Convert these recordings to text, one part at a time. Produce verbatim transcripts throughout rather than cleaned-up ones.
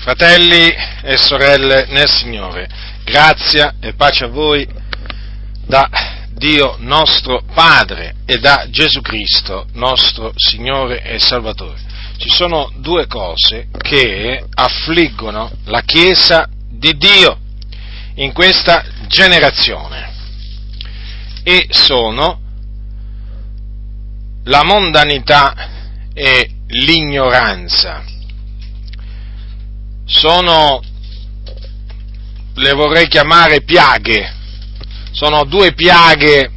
Fratelli e sorelle nel Signore, grazia e pace a voi da Dio nostro Padre e da Gesù Cristo, nostro Signore e Salvatore. Ci sono due cose che affliggono la Chiesa di Dio in questa generazione e sono la mondanità e l'ignoranza. Sono, le vorrei chiamare piaghe, sono due piaghe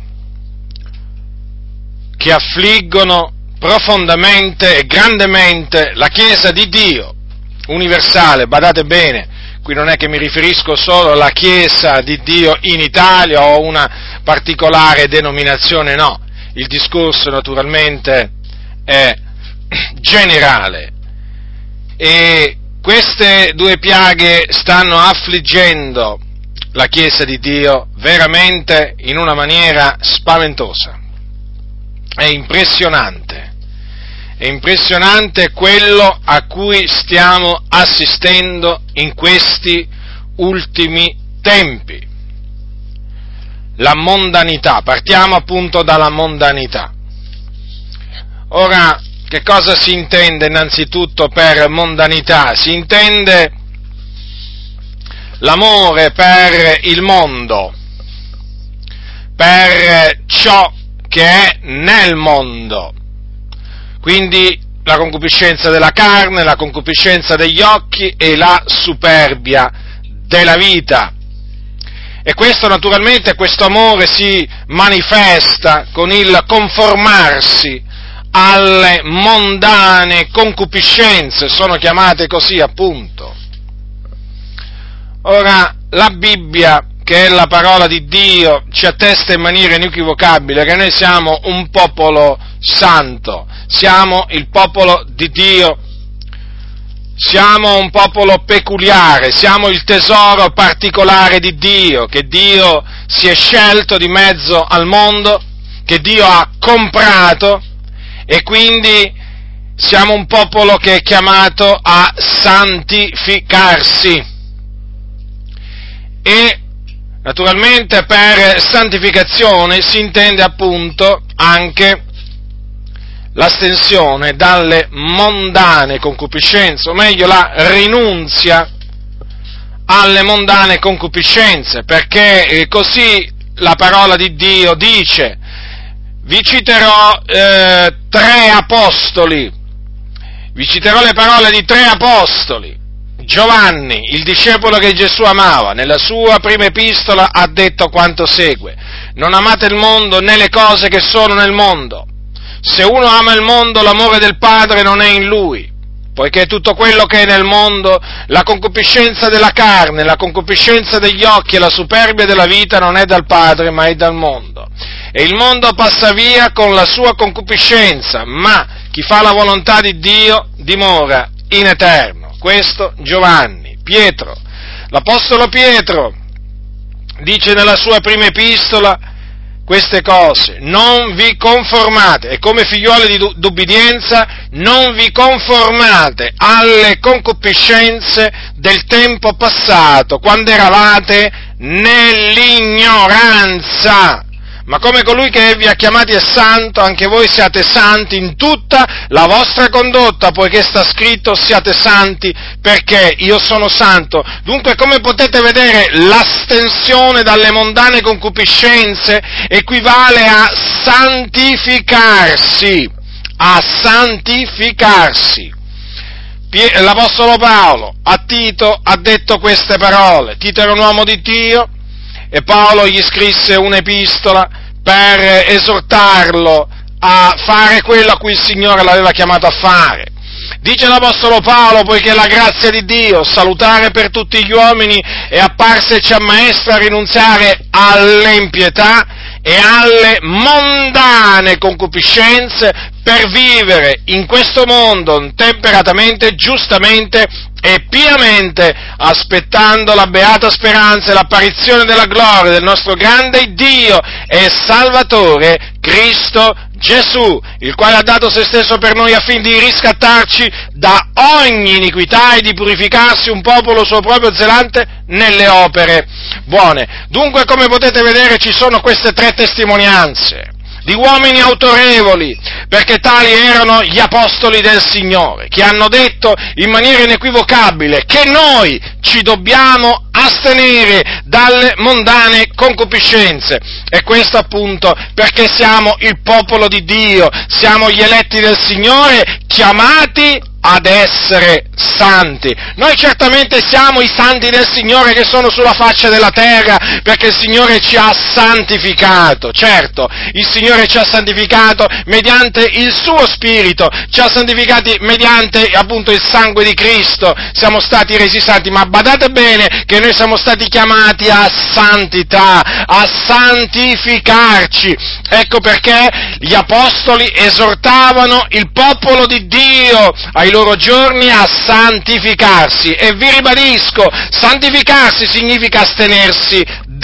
che affliggono profondamente e grandemente la Chiesa di Dio universale. Badate bene, qui non è che mi riferisco solo alla Chiesa di Dio in Italia o a una particolare denominazione, no, il discorso naturalmente è generale e queste due piaghe stanno affliggendo la Chiesa di Dio veramente in una maniera spaventosa. È impressionante, è impressionante quello a cui stiamo assistendo in questi ultimi tempi. La mondanità, partiamo appunto dalla mondanità. Ora, che cosa si intende innanzitutto per mondanità? Si intende l'amore per il mondo, per ciò che è nel mondo, quindi la concupiscenza della carne, la concupiscenza degli occhi e la superbia della vita. E questo naturalmente, questo amore si manifesta con il conformarsi alle mondane concupiscenze, sono chiamate così appunto. Ora, la Bibbia, che è la parola di Dio, ci attesta in maniera inequivocabile che noi siamo un popolo santo, siamo il popolo di Dio, siamo un popolo peculiare, siamo il tesoro particolare di Dio, che Dio si è scelto di mezzo al mondo, che Dio ha comprato, e quindi siamo un popolo che è chiamato a santificarsi. E naturalmente per santificazione si intende appunto anche l'astensione dalle mondane concupiscenze, o meglio la rinunzia alle mondane concupiscenze, perché così la parola di Dio dice. Vi citerò eh, tre apostoli, vi citerò le parole di tre apostoli. Giovanni, il discepolo che Gesù amava, nella sua prima epistola ha detto quanto segue: non amate il mondo né le cose che sono nel mondo. Se uno ama il mondo, l'amore del Padre non è in lui, poiché tutto quello che è nel mondo, la concupiscenza della carne, la concupiscenza degli occhi e la superbia della vita non è dal Padre, ma è dal mondo. E il mondo passa via con la sua concupiscenza, ma chi fa la volontà di Dio dimora in eterno. Questo Giovanni. Pietro, l'apostolo Pietro dice nella sua prima epistola queste cose: non vi conformate, e come figliuoli di d'ubbidienza non vi conformate alle concupiscenze del tempo passato, quando eravate nell'ignoranza. Ma come colui che vi ha chiamati è santo, anche voi siate santi in tutta la vostra condotta, poiché sta scritto: siate santi perché io sono santo. Dunque, come potete vedere, l'astensione dalle mondane concupiscenze equivale a santificarsi, a santificarsi. L'apostolo Paolo a Tito ha detto queste parole. Tito era un uomo di Dio, e Paolo gli scrisse un'epistola per esortarlo a fare quello a cui il Signore l'aveva chiamato a fare. Dice l'Apostolo Paolo: poiché la grazia di Dio, salutare per tutti gli uomini, è apparsa e ci ammaestra a rinunziare all'impietà e alle mondane concupiscenze per vivere in questo mondo temperatamente, giustamente e piamente aspettando la beata speranza e l'apparizione della gloria del nostro grande Dio e Salvatore Cristo Gesù, il quale ha dato se stesso per noi affin di riscattarci da ogni iniquità e di purificarsi un popolo suo proprio zelante nelle opere buone. Dunque, come potete vedere, ci sono queste tre testimonianze di uomini autorevoli, perché tali erano gli apostoli del Signore, che hanno detto in maniera inequivocabile che noi ci dobbiamo astenere dalle mondane concupiscenze, e questo appunto perché siamo il popolo di Dio, siamo gli eletti del Signore, chiamati ad essere santi. Noi certamente siamo i santi del Signore che sono sulla faccia della terra, perché il Signore ci ha santificato, certo, il Signore ci ha santificato mediante il suo Spirito, ci ha santificati mediante appunto il sangue di Cristo, siamo stati resi santi, ma badate bene che noi siamo stati chiamati a santità, a santificarci. Ecco perché gli apostoli esortavano il popolo di Dio ai loro giorni a santificarsi, e vi ribadisco, santificarsi significa astenersi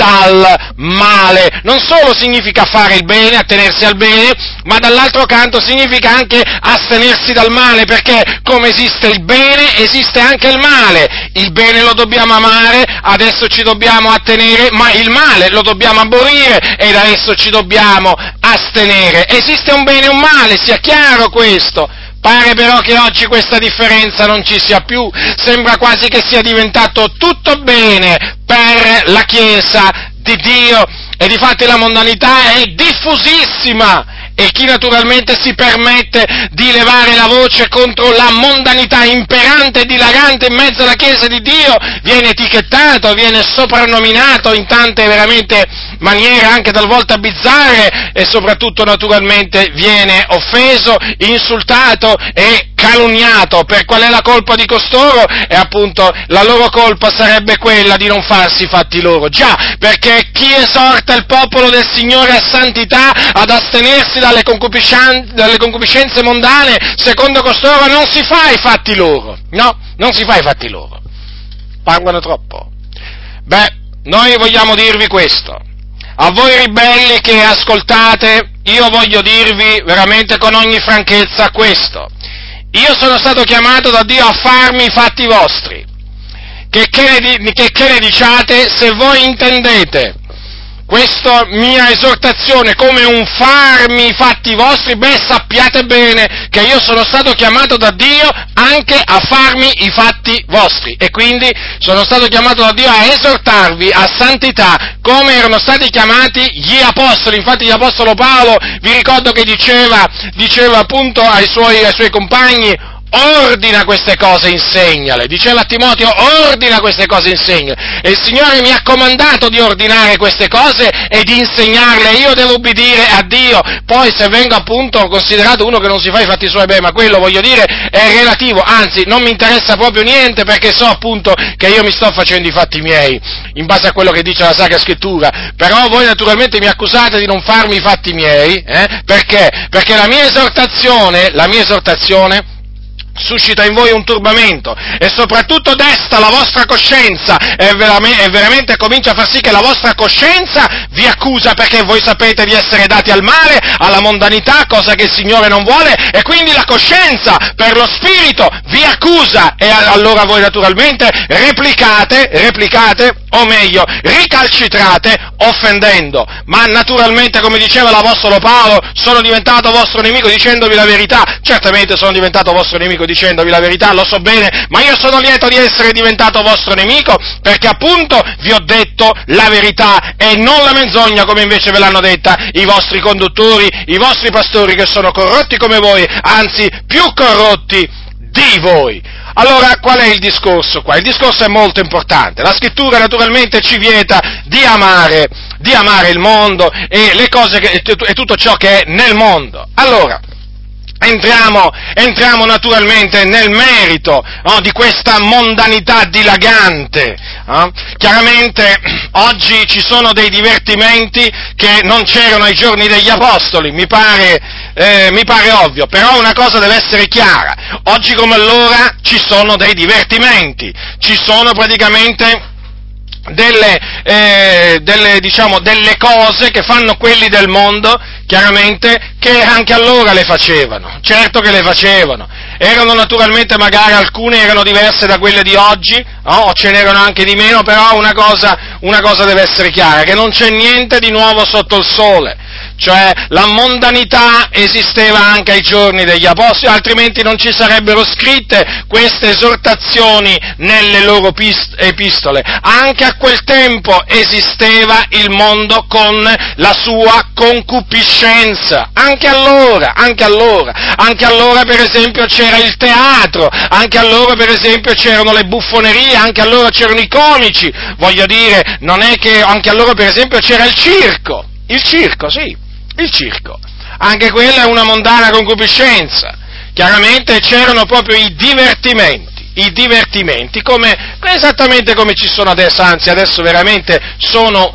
dal male, non solo significa fare il bene, attenersi al bene, ma dall'altro canto significa anche astenersi dal male, perché come esiste il bene, esiste anche il male. Il bene lo dobbiamo amare, adesso ci dobbiamo attenere, ma il male lo dobbiamo aborrire ed adesso ci dobbiamo astenere. Esiste un bene e un male, sia chiaro questo. Pare però che oggi questa differenza non ci sia più, sembra quasi che sia diventato tutto bene per la Chiesa di Dio, e difatti la mondanità è diffusissima, e chi naturalmente si permette di levare la voce contro la mondanità imperante e dilagante in mezzo alla Chiesa di Dio viene etichettato, viene soprannominato in tante veramente maniere anche talvolta bizzarre, e soprattutto naturalmente viene offeso, insultato e calunniato. Per qual è la colpa di costoro? E appunto la loro colpa sarebbe quella di non farsi i fatti loro. Già, perché chi esorta il popolo del Signore a santità, ad astenersi dalle concupiscenze, dalle concupiscenze mondane, secondo costoro non si fa i fatti loro. No, non si fa i fatti loro. Parlano troppo. Beh, noi vogliamo dirvi questo. A voi ribelli che ascoltate, io voglio dirvi veramente con ogni franchezza questo. Io sono stato chiamato da Dio a farmi i fatti vostri. Che che ne, che che ne diciate, se voi intendete questa mia esortazione come un farmi i fatti vostri, beh, sappiate bene che io sono stato chiamato da Dio anche a farmi i fatti vostri, e quindi sono stato chiamato da Dio a esortarvi a santità come erano stati chiamati gli apostoli. Infatti l'apostolo Paolo, vi ricordo che diceva, diceva appunto ai suoi, ai suoi compagni: ordina queste cose, insegnale. Diceva a Timoteo: ordina queste cose, insegnale. E il Signore mi ha comandato di ordinare queste cose e di insegnarle. Io devo obbedire a Dio. Poi se vengo appunto considerato uno che non si fa i fatti suoi, beh, ma quello, voglio dire, è relativo. Anzi, non mi interessa proprio niente, perché so appunto che io mi sto facendo i fatti miei, in base a quello che dice la Sacra Scrittura. Però voi naturalmente mi accusate di non farmi i fatti miei, eh? Perché? Perché la mia esortazione, la mia esortazione suscita in voi un turbamento, e soprattutto desta la vostra coscienza, e veramente, e veramente comincia a far sì che la vostra coscienza vi accusa, perché voi sapete di essere dati al male, alla mondanità, cosa che il Signore non vuole, e quindi la coscienza per lo Spirito vi accusa, e allora voi naturalmente replicate, replicate, o meglio, ricalcitrate offendendo. Ma naturalmente, come diceva l'Apostolo Paolo, sono diventato vostro nemico dicendovi la verità. Certamente sono diventato vostro nemico dicendovi la verità, lo so bene, ma io sono lieto di essere diventato vostro nemico, perché appunto vi ho detto la verità e non la menzogna, come invece ve l'hanno detta i vostri conduttori, i vostri pastori, che sono corrotti come voi, anzi più corrotti di voi. Allora, qual è il discorso qua? Il discorso è molto importante. La Scrittura naturalmente ci vieta di amare, di amare il mondo e le cose che, e tutto ciò che è nel mondo. Allora, Entriamo, entriamo naturalmente nel merito, no, di questa mondanità dilagante. No? Chiaramente oggi ci sono dei divertimenti che non c'erano ai giorni degli Apostoli. Mi pare, eh, mi pare ovvio, però una cosa deve essere chiara: oggi come allora ci sono dei divertimenti, ci sono praticamente delle, eh, delle, diciamo, delle cose che fanno quelli del mondo, chiaramente, che anche allora le facevano, certo che le facevano, erano naturalmente, magari alcune erano diverse da quelle di oggi, no? O ce n'erano anche di meno, però una cosa, una cosa deve essere chiara, che non c'è niente di nuovo sotto il sole. Cioè la mondanità esisteva anche ai giorni degli apostoli, altrimenti non ci sarebbero scritte queste esortazioni nelle loro epistole. Anche a quel tempo esisteva il mondo con la sua concupiscenza, anche allora, anche allora, anche allora per esempio c'era il teatro, anche allora per esempio c'erano le buffonerie, anche allora c'erano i comici, voglio dire, non è che anche allora per esempio c'era il circo, il circo, sì. Il circo, anche quella è una mondana concupiscenza. Chiaramente c'erano proprio i divertimenti, i divertimenti, come, esattamente come ci sono adesso, anzi adesso veramente sono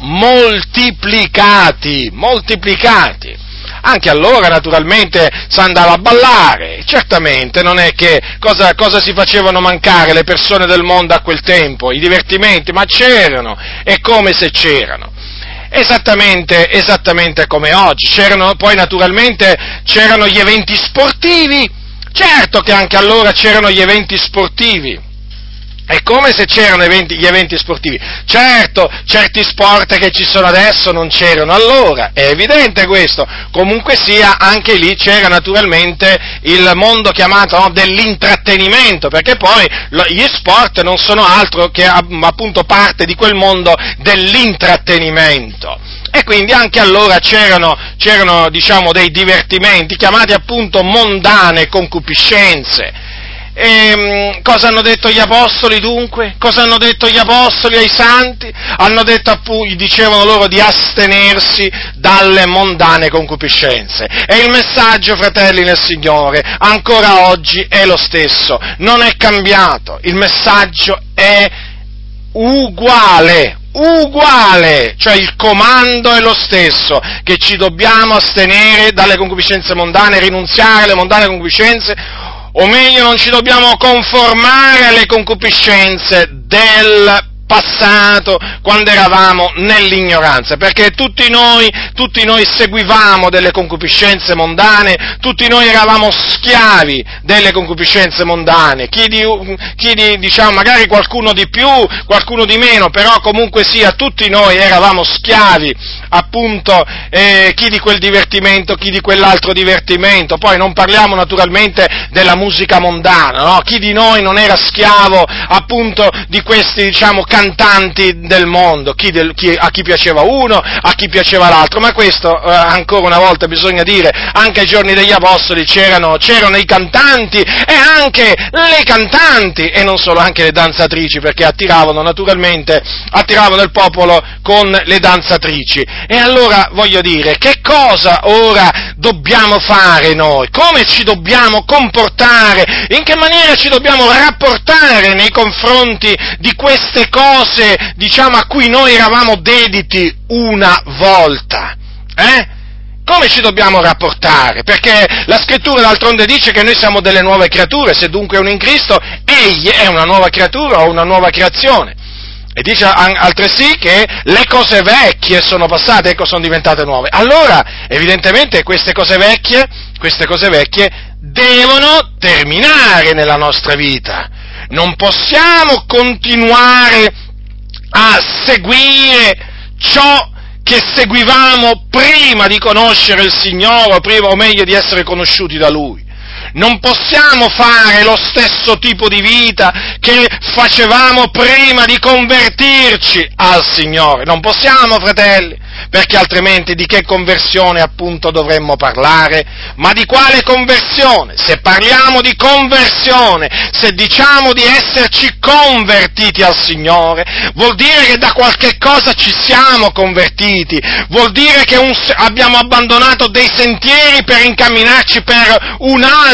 moltiplicati, moltiplicati. Anche allora naturalmente si andava a ballare, certamente, non è che cosa, cosa si facevano mancare le persone del mondo a quel tempo, i divertimenti, ma c'erano, è come se c'erano. Esattamente, esattamente come oggi, c'erano poi naturalmente c'erano gli eventi sportivi, certo che anche allora c'erano gli eventi sportivi, è come se c'erano eventi, gli eventi sportivi, certo, certi sport che ci sono adesso non c'erano allora, è evidente questo, comunque sia anche lì c'era naturalmente il mondo chiamato, no, dell'intrattenimento, perché poi lo, gli sport non sono altro che appunto parte di quel mondo dell'intrattenimento. E quindi anche allora c'erano, c'erano diciamo dei divertimenti chiamati appunto mondane concupiscenze. E, cosa hanno detto gli apostoli dunque? Cosa hanno detto gli apostoli ai santi? Hanno detto appunto, dicevano loro di astenersi dalle mondane concupiscenze. E il messaggio, fratelli nel Signore, ancora oggi è lo stesso, non è cambiato, il messaggio è uguale. Uguale, cioè il comando è lo stesso, che ci dobbiamo astenere dalle concupiscenze mondane, rinunziare alle mondane concupiscenze, o meglio non ci dobbiamo conformare alle concupiscenze del passato, quando eravamo nell'ignoranza, perché tutti noi, tutti noi seguivamo delle concupiscenze mondane, tutti noi eravamo schiavi delle concupiscenze mondane, chi di, chi di, diciamo, magari qualcuno di più, qualcuno di meno, però comunque sia, tutti noi eravamo schiavi, appunto, eh, chi di quel divertimento, chi di quell'altro divertimento, poi non parliamo naturalmente della musica mondana, no? Chi di noi non era schiavo, appunto, di questi, diciamo, cantanti del mondo, chi del, chi, a chi piaceva uno, a chi piaceva l'altro, ma questo eh, ancora una volta bisogna dire, anche ai giorni degli apostoli c'erano, c'erano i cantanti e anche le cantanti, e non solo, anche le danzatrici, perché attiravano naturalmente, attiravano il popolo con le danzatrici. E allora voglio dire, che cosa ora dobbiamo fare noi? Come ci dobbiamo comportare? In che maniera ci dobbiamo rapportare nei confronti di queste cose, diciamo, a cui noi eravamo dediti una volta, eh? Come ci dobbiamo rapportare? Perché la Scrittura d'altronde dice che noi siamo delle nuove creature, se dunque uno in Cristo, egli è una nuova creatura o una nuova creazione. E dice altresì che le cose vecchie sono passate, ecco, sono diventate nuove. Allora, evidentemente, queste cose vecchie, queste cose vecchie devono terminare nella nostra vita. Non possiamo continuare a seguire ciò che seguivamo prima di conoscere il Signore, o prima, o meglio, di essere conosciuti da Lui. Non possiamo fare lo stesso tipo di vita che facevamo prima di convertirci al Signore. Non possiamo, fratelli, perché altrimenti di che conversione appunto dovremmo parlare? Ma di quale conversione? Se parliamo di conversione, se diciamo di esserci convertiti al Signore, vuol dire che da qualche cosa ci siamo convertiti, vuol dire che un, abbiamo abbandonato dei sentieri per incamminarci per un altro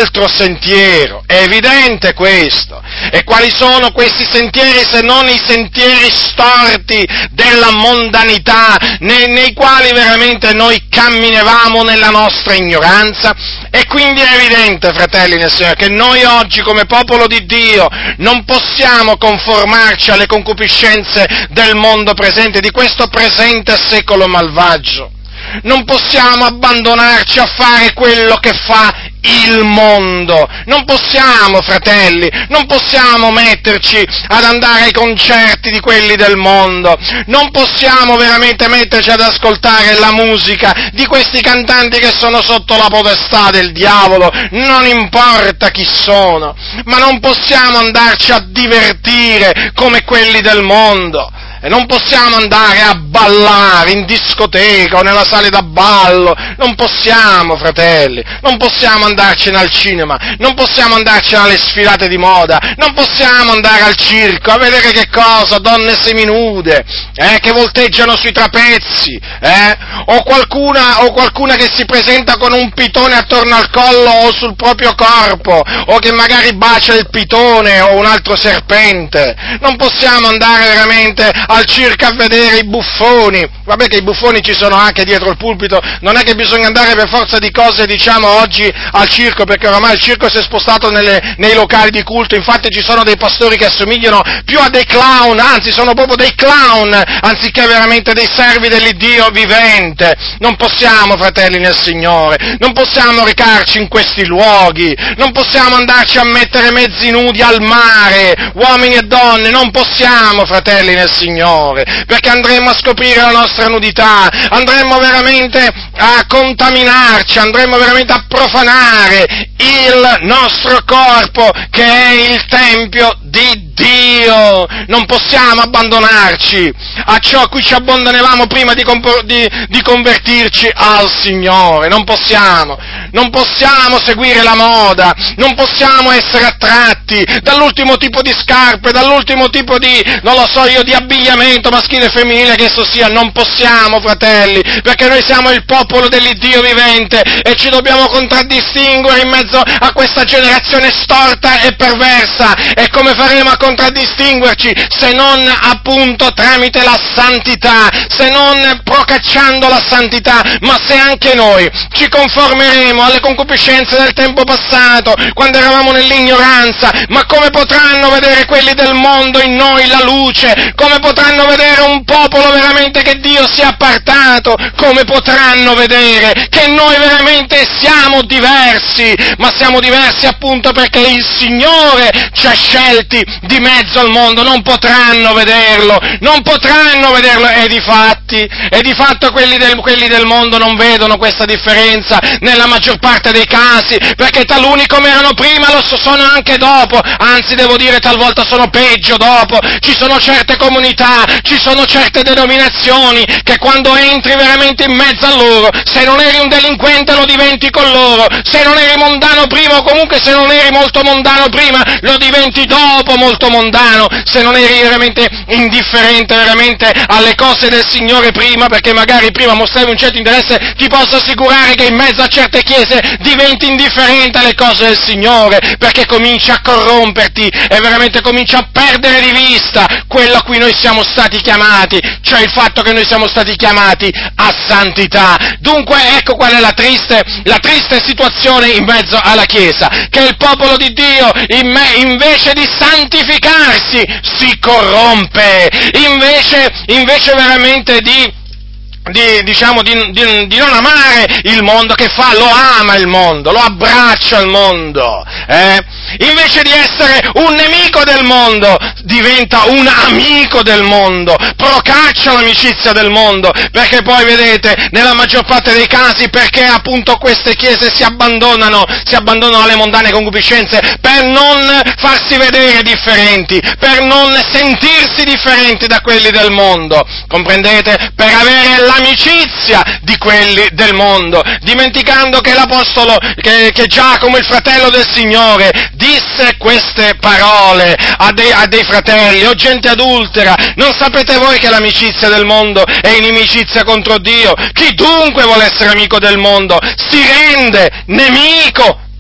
altro sentiero, è evidente questo. E quali sono questi sentieri se non i sentieri storti della mondanità, nei, nei quali veramente noi camminavamo nella nostra ignoranza? E quindi è evidente, fratelli nel Signore, che noi oggi come popolo di Dio non possiamo conformarci alle concupiscenze del mondo presente, di questo presente secolo malvagio. Non possiamo abbandonarci a fare quello che fa il mondo. Non possiamo, fratelli, non possiamo metterci ad andare ai concerti di quelli del mondo. Non possiamo veramente metterci ad ascoltare la musica di questi cantanti che sono sotto la potestà del diavolo, non importa chi sono, ma non possiamo andarci a divertire come quelli del mondo. E non possiamo andare a ballare in discoteca o nella sala da ballo, non possiamo, fratelli, non possiamo andarcene al cinema, non possiamo andarcene alle sfilate di moda, non possiamo andare al circo a vedere che cosa, donne seminude, eh, che volteggiano sui trapezzi, eh, o qualcuna, o qualcuna che si presenta con un pitone attorno al collo o sul proprio corpo, o che magari bacia il pitone o un altro serpente. Non possiamo andare veramente al circo a vedere i buffoni. Vabbè che i buffoni ci sono anche dietro il pulpito, non è che bisogna andare per forza di cose, diciamo, oggi al circo, perché oramai il circo si è spostato nelle, nei locali di culto. Infatti ci sono dei pastori che assomigliano più a dei clown, anzi sono proprio dei clown, anziché veramente dei servi dell'Iddio vivente. Non possiamo, fratelli nel Signore, non possiamo recarci in questi luoghi, non possiamo andarci a mettere mezzi nudi al mare, uomini e donne, non possiamo, fratelli nel Signore, perché andremo a scoprire la nostra nudità, andremo veramente a contaminarci, andremo veramente a profanare il nostro corpo che è il Tempio di Dio. Non possiamo abbandonarci a ciò a cui ci abbandonavamo prima di, comp- di, di convertirci al Signore, non possiamo, non possiamo seguire la moda, non possiamo essere attratti dall'ultimo tipo di scarpe, dall'ultimo tipo di, non lo so io, di abbigliamento maschile e femminile che esso sia, non possiamo, fratelli, perché noi siamo il popolo dell'Iddio vivente e ci dobbiamo contraddistinguere in mezzo a questa generazione storta e perversa. E come faremo a contraddistinguerci se non appunto tramite la santità, se non procacciando la santità, ma se anche noi ci conformeremo alle concupiscenze del tempo passato, quando eravamo nell'ignoranza? Ma come potranno vedere quelli del mondo in noi la luce? Come potranno vedere un popolo veramente che Dio si è appartato? Come potranno vedere che noi veramente siamo diversi? Ma siamo diversi appunto perché il Signore ci ha scelti di mezzo al mondo. Non potranno vederlo, non potranno vederlo, e difatti, e di fatto quelli del, quelli del mondo non vedono questa differenza nella maggior parte dei casi, perché taluni come erano prima lo sono anche dopo, anzi devo dire talvolta sono peggio dopo. Ci sono certe comunità, ci sono certe denominazioni che quando entri veramente in mezzo a loro, se non eri un delinquente lo diventi con loro, se non eri mondano prima o comunque se non eri molto mondano prima lo diventi dopo molto mondano, se non eri veramente indifferente veramente alle cose del Signore prima, perché magari prima mostravi un certo interesse, ti posso assicurare che in mezzo a certe chiese diventi indifferente alle cose del Signore, perché cominci a corromperti e veramente cominci a perdere di vista quello a cui noi siamo stati chiamati, cioè il fatto che noi siamo stati chiamati a santità. Dunque ecco qual è la triste, la triste situazione in mezzo alla Chiesa, che il popolo di Dio in me, invece di santificarsi si corrompe, invece, invece veramente di Di, diciamo, di, di, di non amare il mondo, che fa? Lo ama il mondo, lo abbraccia il mondo, eh? Invece di essere un nemico del mondo, diventa un amico del mondo, procaccia l'amicizia del mondo, perché poi, vedete, nella maggior parte dei casi, perché appunto queste chiese si abbandonano, si abbandonano alle mondane concupiscenze, per non farsi vedere differenti, per non sentirsi differenti da quelli del mondo, comprendete? Per avere la amicizia di quelli del mondo, dimenticando che l'apostolo, che, che Giacomo, il fratello del Signore, disse queste parole a dei, a dei fratelli: o gente adultera, non sapete voi che l'amicizia del mondo è inimicizia contro Dio? Chi dunque vuole essere amico del mondo si rende nemico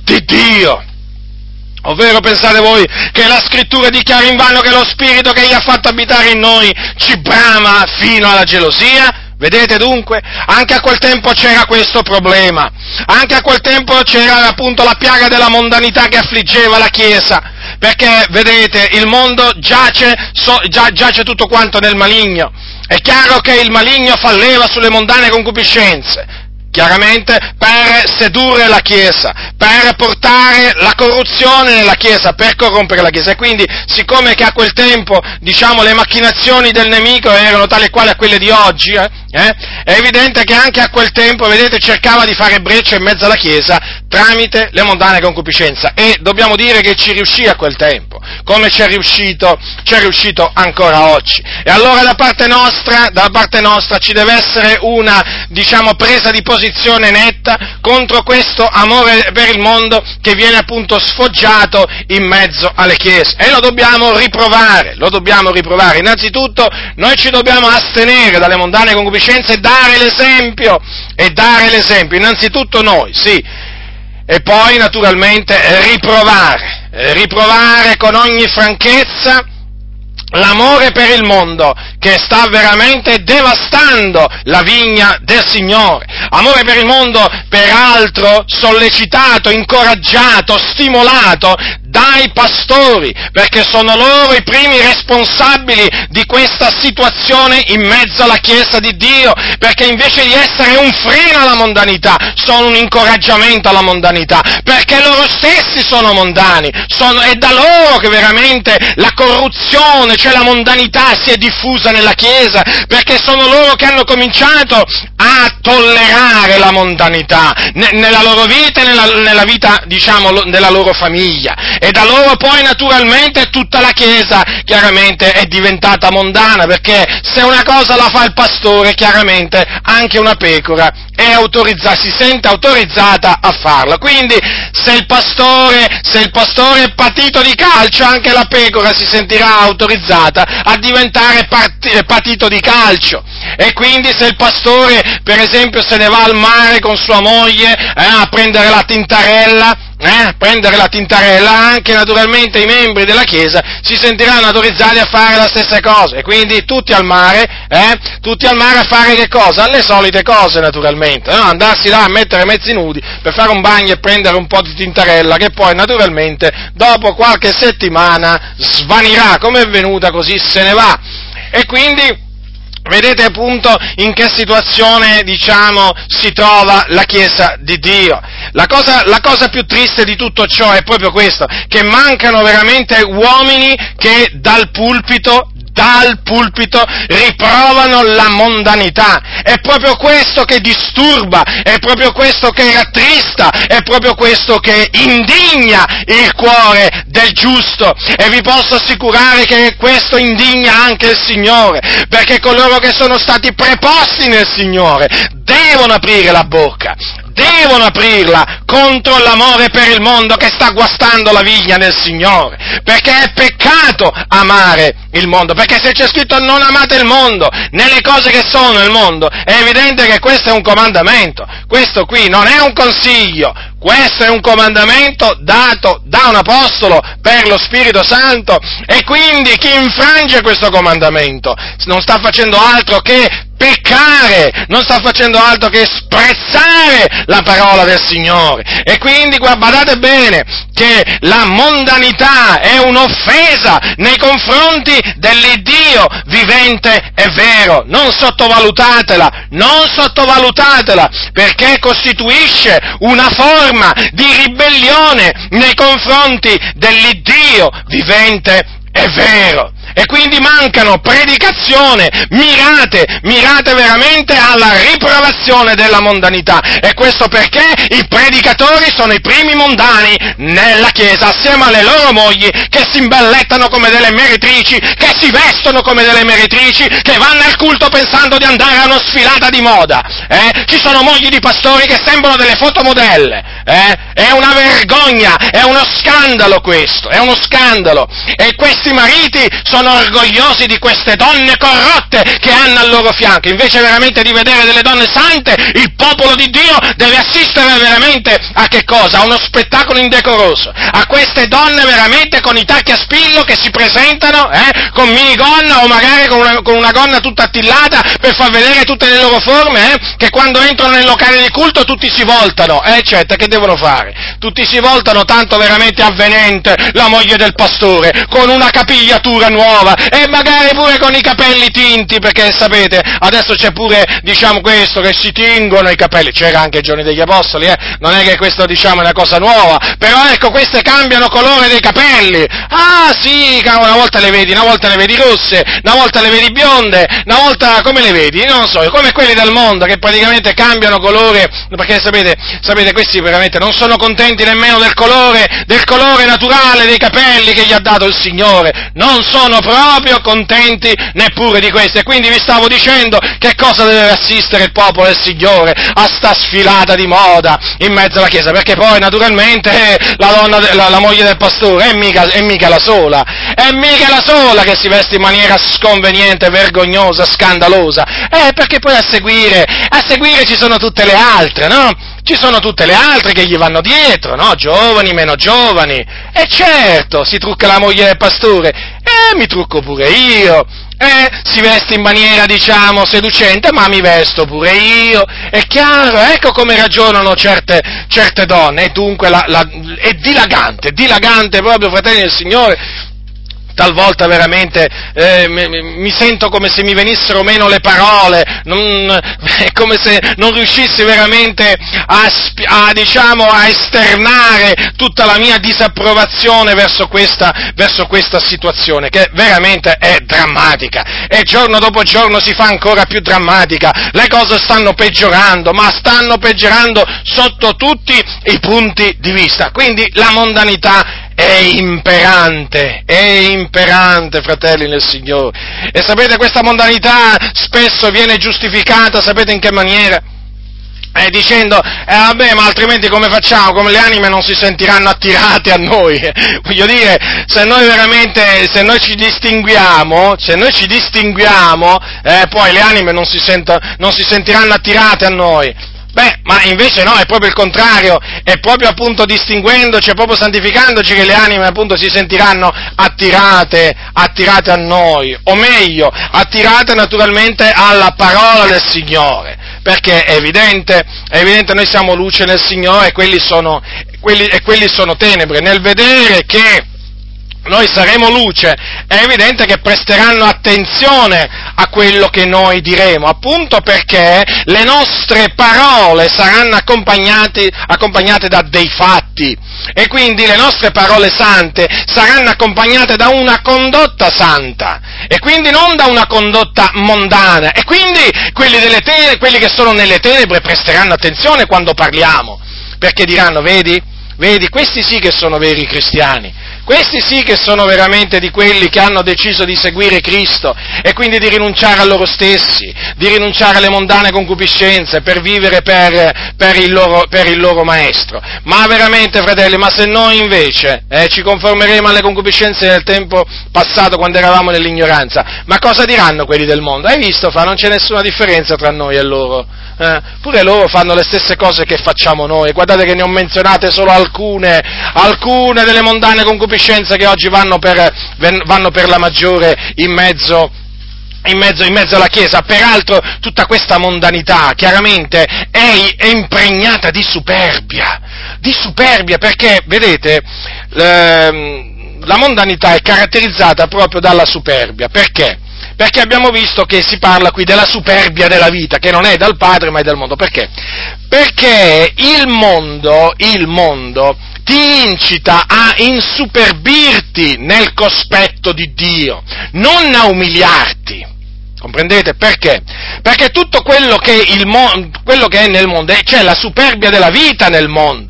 di Dio. Ovvero pensate voi che la scrittura dichiara invano che lo spirito che egli ha fatto abitare in noi ci brama fino alla gelosia? Vedete dunque? Anche a quel tempo c'era questo problema, anche a quel tempo c'era appunto la piaga della mondanità che affliggeva la Chiesa, perché vedete il mondo giace, so, gia, giace tutto quanto nel maligno, è chiaro che il maligno fa leva sulle mondane concupiscenze, chiaramente per sedurre la Chiesa, per portare la corruzione nella Chiesa, per corrompere la Chiesa. E quindi, siccome che a quel tempo, diciamo, le macchinazioni del nemico erano tali e quali a quelle di oggi, eh, eh, è evidente che anche a quel tempo, vedete, cercava di fare breccia in mezzo alla Chiesa tramite le mondane concupiscenze. E dobbiamo dire che ci riuscì a quel tempo, come ci è riuscito, ci è riuscito ancora oggi. E allora da parte nostra, da parte nostra ci deve essere una, diciamo, presa di posizione netta contro questo amore per il mondo che viene appunto sfoggiato in mezzo alle chiese, e lo dobbiamo riprovare, lo dobbiamo riprovare. Innanzitutto noi ci dobbiamo astenere dalle mondane concupiscenze e dare l'esempio, e dare l'esempio, innanzitutto noi, sì, e poi naturalmente riprovare, riprovare con ogni franchezza l'amore per il mondo che sta veramente devastando la vigna del Signore. Amore per il mondo, peraltro, sollecitato, incoraggiato, stimolato dai pastori, perché sono loro i primi responsabili di questa situazione in mezzo alla Chiesa di Dio, perché invece di essere un freno alla mondanità, sono un incoraggiamento alla mondanità, perché loro stessi sono mondani, sono, è da loro che veramente la corruzione, cioè la mondanità si è diffusa nella Chiesa, perché sono loro che hanno cominciato a tollerare la mondanità nella loro vita e nella, nella vita, diciamo, della loro famiglia. E da loro poi naturalmente tutta la Chiesa chiaramente è diventata mondana, perché se una cosa la fa il pastore, chiaramente anche una pecora è autorizzata, si sente autorizzata a farla. Quindi se il pastore, se il pastore è patito di calcio, anche la pecora si sentirà autorizzata a diventare patito di calcio. E quindi se il pastore, per esempio, se ne va al mare con sua moglie eh, a prendere la tintarella, Eh, prendere la tintarella, anche naturalmente i membri della Chiesa si sentiranno autorizzati a fare la stessa cosa, e quindi tutti al mare, eh, tutti al mare a fare che cosa? Le solite cose naturalmente, no? Andarsi là a mettere mezzi nudi per fare un bagno e prendere un po' di tintarella che poi naturalmente dopo qualche settimana svanirà, come è venuta così se ne va. E quindi vedete appunto in che situazione, diciamo, si trova la Chiesa di Dio. La cosa, la cosa più triste di tutto ciò è proprio questo, che mancano veramente uomini che dal pulpito, dal pulpito riprovano la mondanità. È proprio questo che disturba, è proprio questo che rattrista, è proprio questo che indigna il cuore del giusto, e vi posso assicurare che questo indigna anche il Signore, perché coloro che sono stati preposti nel Signore devono aprire la bocca, devono aprirla contro l'amore per il mondo che sta guastando la vigna del Signore, perché è peccato amare il mondo, perché se c'è scritto non amate il mondo, né le cose che sono nel mondo, è evidente che questo è un comandamento, questo qui non è un consiglio, questo è un comandamento dato da un apostolo per lo Spirito Santo, e quindi chi infrange questo comandamento non sta facendo altro che peccare, non sta facendo altro che sprezzare la parola del Signore. E quindi badate bene che la mondanità è un'offesa nei confronti dell'Iddio vivente e vero. Non sottovalutatela, non sottovalutatela, perché costituisce una forma di ribellione nei confronti dell'Iddio vivente e vero. E quindi mancano predicazioni mirate, mirate veramente alla riprovazione della mondanità. E questo perché i predicatori sono i primi mondani nella Chiesa, assieme alle loro mogli, che si imbellettano come delle meretrici, che si vestono come delle meretrici, che vanno al culto pensando di andare a una sfilata di moda. Eh? Ci sono mogli di pastori che sembrano delle fotomodelle, eh? È una vergogna, è uno scandalo questo, è uno scandalo. E questi mariti sono orgogliosi di queste donne corrotte che hanno al loro fianco. Invece veramente di vedere delle donne sante, il popolo di Dio deve assistere veramente a che cosa? A uno spettacolo indecoroso. A queste donne veramente con i tacchi a spillo che si presentano, eh? Con minigonna o magari con una, con una gonna tutta attillata per far vedere tutte le loro forme, eh? Che quando entrano nel locale di culto tutti si voltano, eh certo, che devono fare? Tutti si voltano, tanto veramente avvenente la moglie del pastore, con una capigliatura nuova, e magari pure con i capelli tinti, perché sapete, adesso c'è pure, diciamo questo, che si tingono i capelli, c'era anche ai giorni degli apostoli, eh? Non è che questo, diciamo, è una cosa nuova, però ecco, queste cambiano colore dei capelli, ah sì, una volta le vedi, una volta le vedi rosse, una volta le vedi bionde, una volta, come le vedi? Non lo so, come quelli del mondo, che praticamente cambiano colore, perché sapete, sapete, questi veramente non sono contenti nemmeno del colore, del colore naturale dei capelli che gli ha dato il Signore, non sono proprio contenti neppure di questo, e quindi vi stavo dicendo che cosa deve assistere il popolo del Signore a sta sfilata di moda in mezzo alla Chiesa, perché poi naturalmente la donna, la, la moglie del pastore è mica, è mica la sola, è mica la sola che si veste in maniera sconveniente, vergognosa, scandalosa, eh, perché poi a seguire, a seguire ci sono tutte le altre, no? Ci sono tutte le altre che gli vanno dietro, no? Giovani, meno giovani, e certo, si trucca la moglie del pastore, e mi trucco pure io, eh, si veste in maniera, diciamo, seducente, ma mi vesto pure io, è chiaro, ecco come ragionano certe, certe donne, e dunque la, la, è dilagante, dilagante proprio, fratelli del Signore. Talvolta veramente eh, mi, mi sento come se mi venissero meno le parole, non, è come se non riuscissi veramente a, a, diciamo, a esternare tutta la mia disapprovazione verso questa, verso questa situazione, che veramente è drammatica, e giorno dopo giorno si fa ancora più drammatica, le cose stanno peggiorando, ma stanno peggiorando sotto tutti i punti di vista, quindi la mondanità è imperante, è imperante, fratelli nel Signore. E sapete, questa mondanità spesso viene giustificata, sapete in che maniera? Eh, dicendo, eh vabbè, ma altrimenti come facciamo? Come le anime non si sentiranno attirate a noi? Voglio dire, se noi veramente, se noi ci distinguiamo, se noi ci distinguiamo, eh, poi le anime non si, sento, non si sentiranno attirate a noi. Beh, ma invece no, è proprio il contrario, è proprio appunto distinguendoci, è proprio santificandoci che le anime appunto si sentiranno attirate, attirate a noi, o meglio, attirate naturalmente alla parola del Signore, perché è evidente, è evidente, noi siamo luce nel Signore e quelli sono, quelli, e quelli sono tenebre, nel vedere che noi saremo luce, è evidente che presteranno attenzione a quello che noi diremo, appunto perché le nostre parole saranno accompagnate, accompagnate da dei fatti, e quindi le nostre parole sante saranno accompagnate da una condotta santa, e quindi non da una condotta mondana, e quindi quelli, delle tenebre, quelli che sono nelle tenebre presteranno attenzione quando parliamo, perché diranno, vedi? Vedi, questi sì che sono veri cristiani, questi sì che sono veramente di quelli che hanno deciso di seguire Cristo e quindi di rinunciare a loro stessi, di rinunciare alle mondane concupiscenze per vivere per, per, il, loro, per il loro Maestro. Ma veramente, fratelli, ma se noi invece eh, ci conformeremo alle concupiscenze del tempo passato quando eravamo nell'ignoranza, ma cosa diranno quelli del mondo? Hai visto, fa, non c'è nessuna differenza tra noi e loro. Eh, pure loro fanno le stesse cose che facciamo noi, guardate che ne ho menzionate solo alcune, alcune delle mondane concupiscenze che oggi vanno per, vanno per la maggiore in mezzo, in mezzo, in mezzo alla Chiesa. Peraltro tutta questa mondanità chiaramente è, è impregnata di superbia, di superbia perché, vedete, ehm, la mondanità è caratterizzata proprio dalla superbia, perché? Perché abbiamo visto che si parla qui della superbia della vita, che non è dal Padre ma è dal mondo. Perché? Perché il mondo, il mondo ti incita a insuperbirti nel cospetto di Dio, non a umiliarti. Comprendete? Perché? Perché tutto quello che, il mo- quello che è nel mondo, c'è la superbia della vita nel mondo.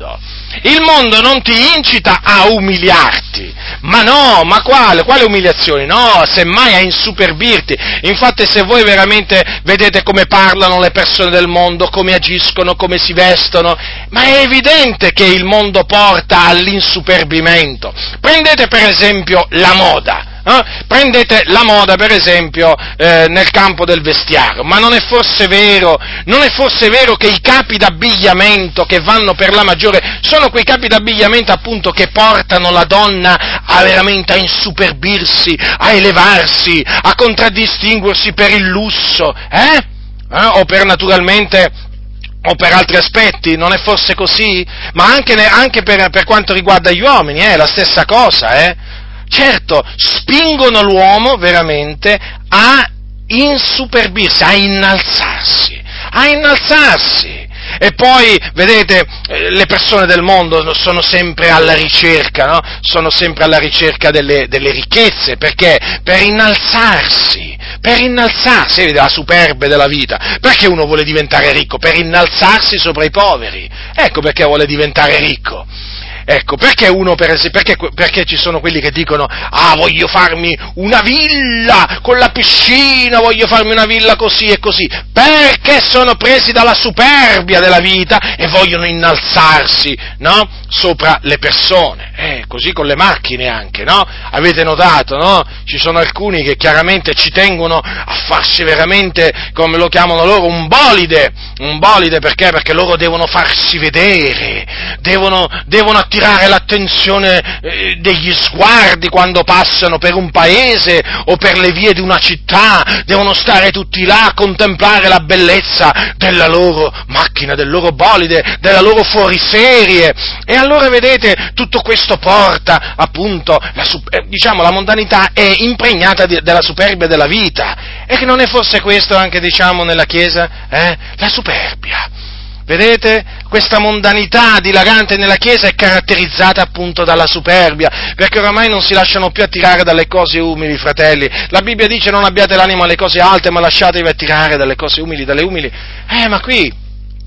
Il mondo non ti incita a umiliarti, ma no, ma quale, quale umiliazione? No, semmai a insuperbirti. Infatti se voi veramente vedete come parlano le persone del mondo, come agiscono, come si vestono, ma è evidente che il mondo porta all'insuperbimento. Prendete per esempio la moda. Eh? Prendete la moda per esempio eh, nel campo del vestiario, ma non è forse vero, non è forse vero che i capi d'abbigliamento che vanno per la maggiore sono quei capi d'abbigliamento appunto che portano la donna a veramente a insuperbirsi, a elevarsi, a contraddistinguersi per il lusso, eh? Eh? O per naturalmente o per altri aspetti, non è forse così? Ma anche, anche per, per quanto riguarda gli uomini è la stessa cosa, eh? Certo, spingono l'uomo veramente a insuperbirsi, a innalzarsi, a innalzarsi. E poi, vedete, le persone del mondo sono sempre alla ricerca, no? Sono sempre alla ricerca delle, delle ricchezze, perché? Per innalzarsi, per innalzarsi, vedi, la superbe della vita. Perché uno vuole diventare ricco? Per innalzarsi sopra i poveri. Ecco perché vuole diventare ricco. Ecco, perché uno, per esempio, perché, perché ci sono quelli che dicono, ah, voglio farmi una villa con la piscina, voglio farmi una villa così e così, perché sono presi dalla superbia della vita e vogliono innalzarsi, no? Sopra le persone, eh, così con le macchine anche, no? Avete notato, no? Ci sono alcuni che chiaramente ci tengono a farsi veramente, come lo chiamano loro, un bolide, un bolide perché? Perché loro devono farsi vedere, devono, devono attirare l'attenzione eh, degli sguardi quando passano per un paese o per le vie di una città, devono stare tutti là a contemplare la bellezza della loro macchina, del loro bolide, della loro fuoriserie. E allora vedete, tutto questo porta appunto, la, diciamo, la mondanità è impregnata di, della superbia della vita. E che non è forse questo anche, diciamo, nella Chiesa? Eh? La superbia. Vedete? Questa mondanità dilagante nella Chiesa è caratterizzata appunto dalla superbia, perché oramai non si lasciano più attirare dalle cose umili, fratelli. La Bibbia dice non abbiate l'animo alle cose alte, ma lasciatevi attirare dalle cose umili, dalle umili. Eh, ma qui...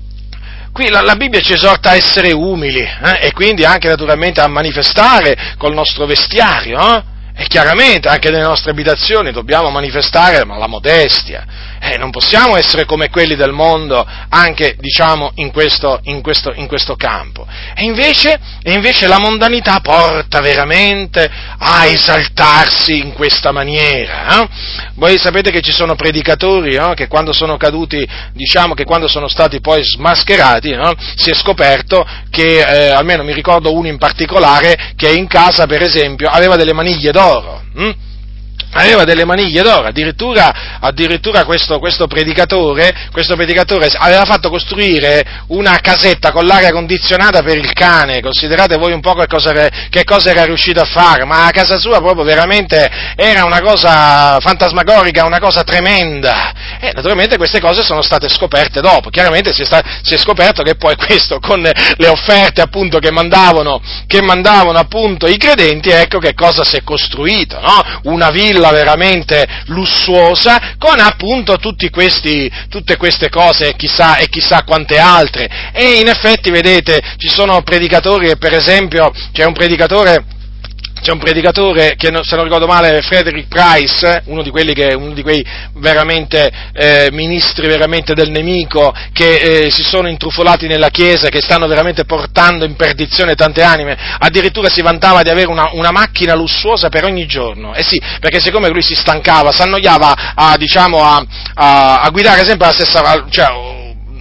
Qui la, la Bibbia ci esorta a essere umili, eh? E quindi anche naturalmente a manifestare col nostro vestiario, eh? E chiaramente anche nelle nostre abitazioni dobbiamo manifestare la modestia, eh, non possiamo essere come quelli del mondo anche, diciamo, in questo, in questo, in questo campo. E invece, e invece la mondanità porta veramente a esaltarsi in questa maniera. Eh? Voi sapete che ci sono predicatori, no? Che quando sono caduti, diciamo che quando sono stati poi smascherati, no? Si è scoperto che, eh, almeno mi ricordo uno in particolare, che in casa, per esempio, aveva delle maniglie d'oro. Hm? Aveva delle maniglie d'oro, addirittura, addirittura questo, questo predicatore, questo predicatore aveva fatto costruire una casetta con l'aria condizionata per il cane. Considerate voi un po' che cosa, che cosa era riuscito a fare, ma a casa sua proprio veramente era una cosa fantasmagorica, una cosa tremenda. E naturalmente queste cose sono state scoperte dopo. Chiaramente si è, sta, si è scoperto che poi questo, con le offerte appunto che mandavano, che mandavano appunto i credenti, ecco che cosa si è costruito, no? Una villa veramente lussuosa, con appunto tutti questi, tutte queste cose e chissà, e chissà quante altre. E in effetti, vedete, ci sono predicatori che, per esempio, c'è un predicatore C'è un predicatore che, se non ricordo male, Frederick Price, uno di quelli che, uno di quei veramente eh, ministri veramente del nemico, che eh, si sono intrufolati nella Chiesa, che stanno veramente portando in perdizione tante anime. Addirittura si vantava di avere una, una macchina lussuosa per ogni giorno. Eh sì, perché siccome lui si stancava, si annoiava a, diciamo, a, a, a guidare sempre la stessa, cioè,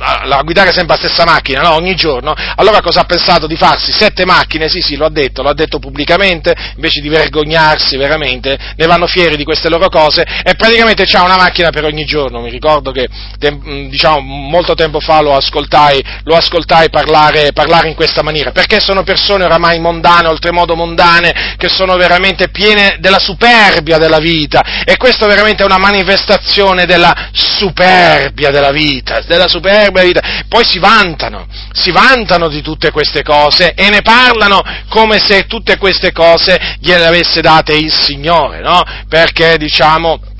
a guidare sempre la stessa macchina, no? Ogni giorno, allora cosa ha pensato di farsi? Sette macchine, sì sì, lo ha detto, lo ha detto pubblicamente, invece di vergognarsi veramente, ne vanno fieri di queste loro cose, e praticamente c'ha una macchina per ogni giorno. Mi ricordo che, diciamo, molto tempo fa lo ascoltai, lo ascoltai parlare, parlare in questa maniera, perché sono persone oramai mondane, oltremodo mondane, che sono veramente piene della superbia della vita, e questo veramente è una manifestazione della superbia della vita, della superbia Vita. Poi si vantano, si vantano di tutte queste cose e ne parlano come se tutte queste cose gliele avesse date il Signore, no? Perché, diciamo,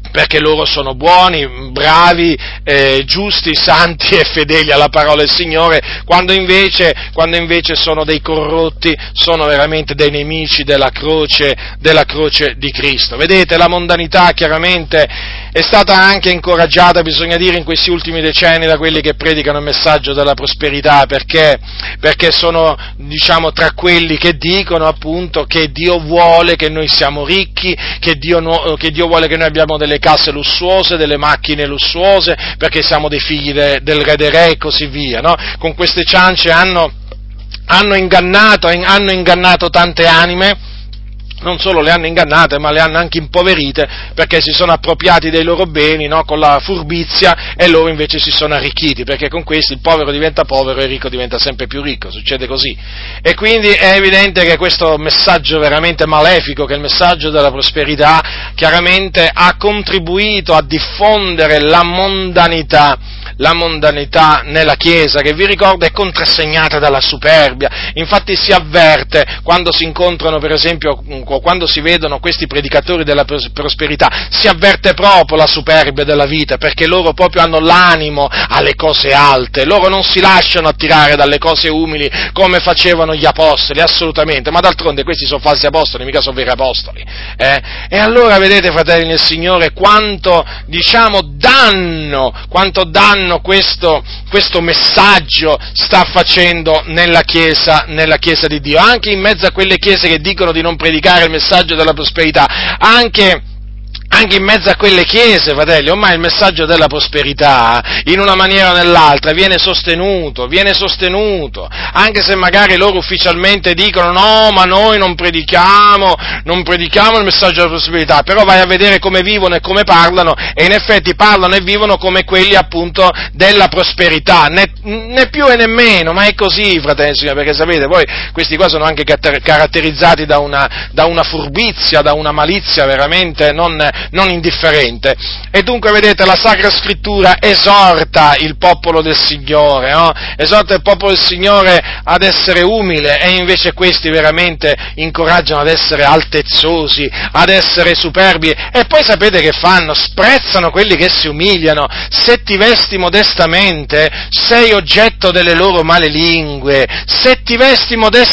perché loro sono buoni, bravi, eh, giusti, santi e fedeli alla parola del Signore, quando invece, quando invece sono dei corrotti, sono veramente dei nemici della croce, della croce di Cristo. Vedete, la mondanità chiaramente è stata anche incoraggiata, bisogna dire, in questi ultimi decenni da quelli che predicano il messaggio della prosperità, perché, perché sono, diciamo, tra quelli che dicono appunto che Dio vuole che noi siamo ricchi, che Dio, no, che Dio vuole che noi abbiamo delle case lussuose, delle macchine lussuose, perché siamo dei figli de, del re dei re e così via, no? Con queste ciance hanno, hanno ingannato, hanno ingannato tante anime. Non solo le hanno ingannate, ma le hanno anche impoverite, perché si sono appropriati dei loro beni, no, con la furbizia, e loro invece si sono arricchiti, perché con questi il povero diventa povero e il ricco diventa sempre più ricco, succede così. E quindi è evidente che questo messaggio veramente malefico, che è il messaggio della prosperità, chiaramente ha contribuito a diffondere la mondanità, la mondanità nella Chiesa, che vi ricordo è contrassegnata dalla superbia. Infatti si avverte quando si incontrano, per esempio, quando si vedono questi predicatori della prosperità, si avverte proprio la superbia della vita, perché loro proprio hanno l'animo alle cose alte, loro non si lasciano attirare dalle cose umili come facevano gli apostoli, assolutamente, ma d'altronde questi sono falsi apostoli, mica sono veri apostoli. Eh? E allora vedete, fratelli nel Signore, quanto, diciamo, danno, quanto danno Questo, questo messaggio sta facendo nella Chiesa, nella Chiesa di Dio, anche in mezzo a quelle chiese che dicono di non predicare il messaggio della prosperità, anche Anche in mezzo a quelle chiese, fratelli, ormai il messaggio della prosperità, in una maniera o nell'altra, viene sostenuto, viene sostenuto, anche se magari loro ufficialmente dicono no, ma noi non predichiamo, non predichiamo il messaggio della prosperità, però vai a vedere come vivono e come parlano, e in effetti parlano e vivono come quelli appunto della prosperità, né, né più e né meno, ma è così, fratelli, perché sapete, poi questi qua sono anche caratterizzati da una, da una furbizia, da una malizia veramente non non indifferente. E dunque, vedete, la Sacra Scrittura esorta il popolo del Signore, no? Esorta il popolo del Signore ad essere umile, e invece questi veramente incoraggiano ad essere altezzosi, ad essere superbi, e poi sapete che fanno? Sprezzano quelli che si umiliano. Se ti vesti modestamente, sei oggetto delle loro male lingue. Se ti vesti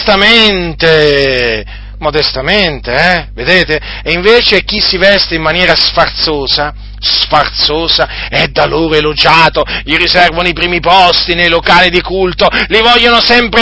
modestamente, modestamente, eh? Vedete? E invece chi si veste in maniera sfarzosa, sfarzosa, è da loro elogiato, gli riservano i primi posti nei locali di culto, li vogliono sempre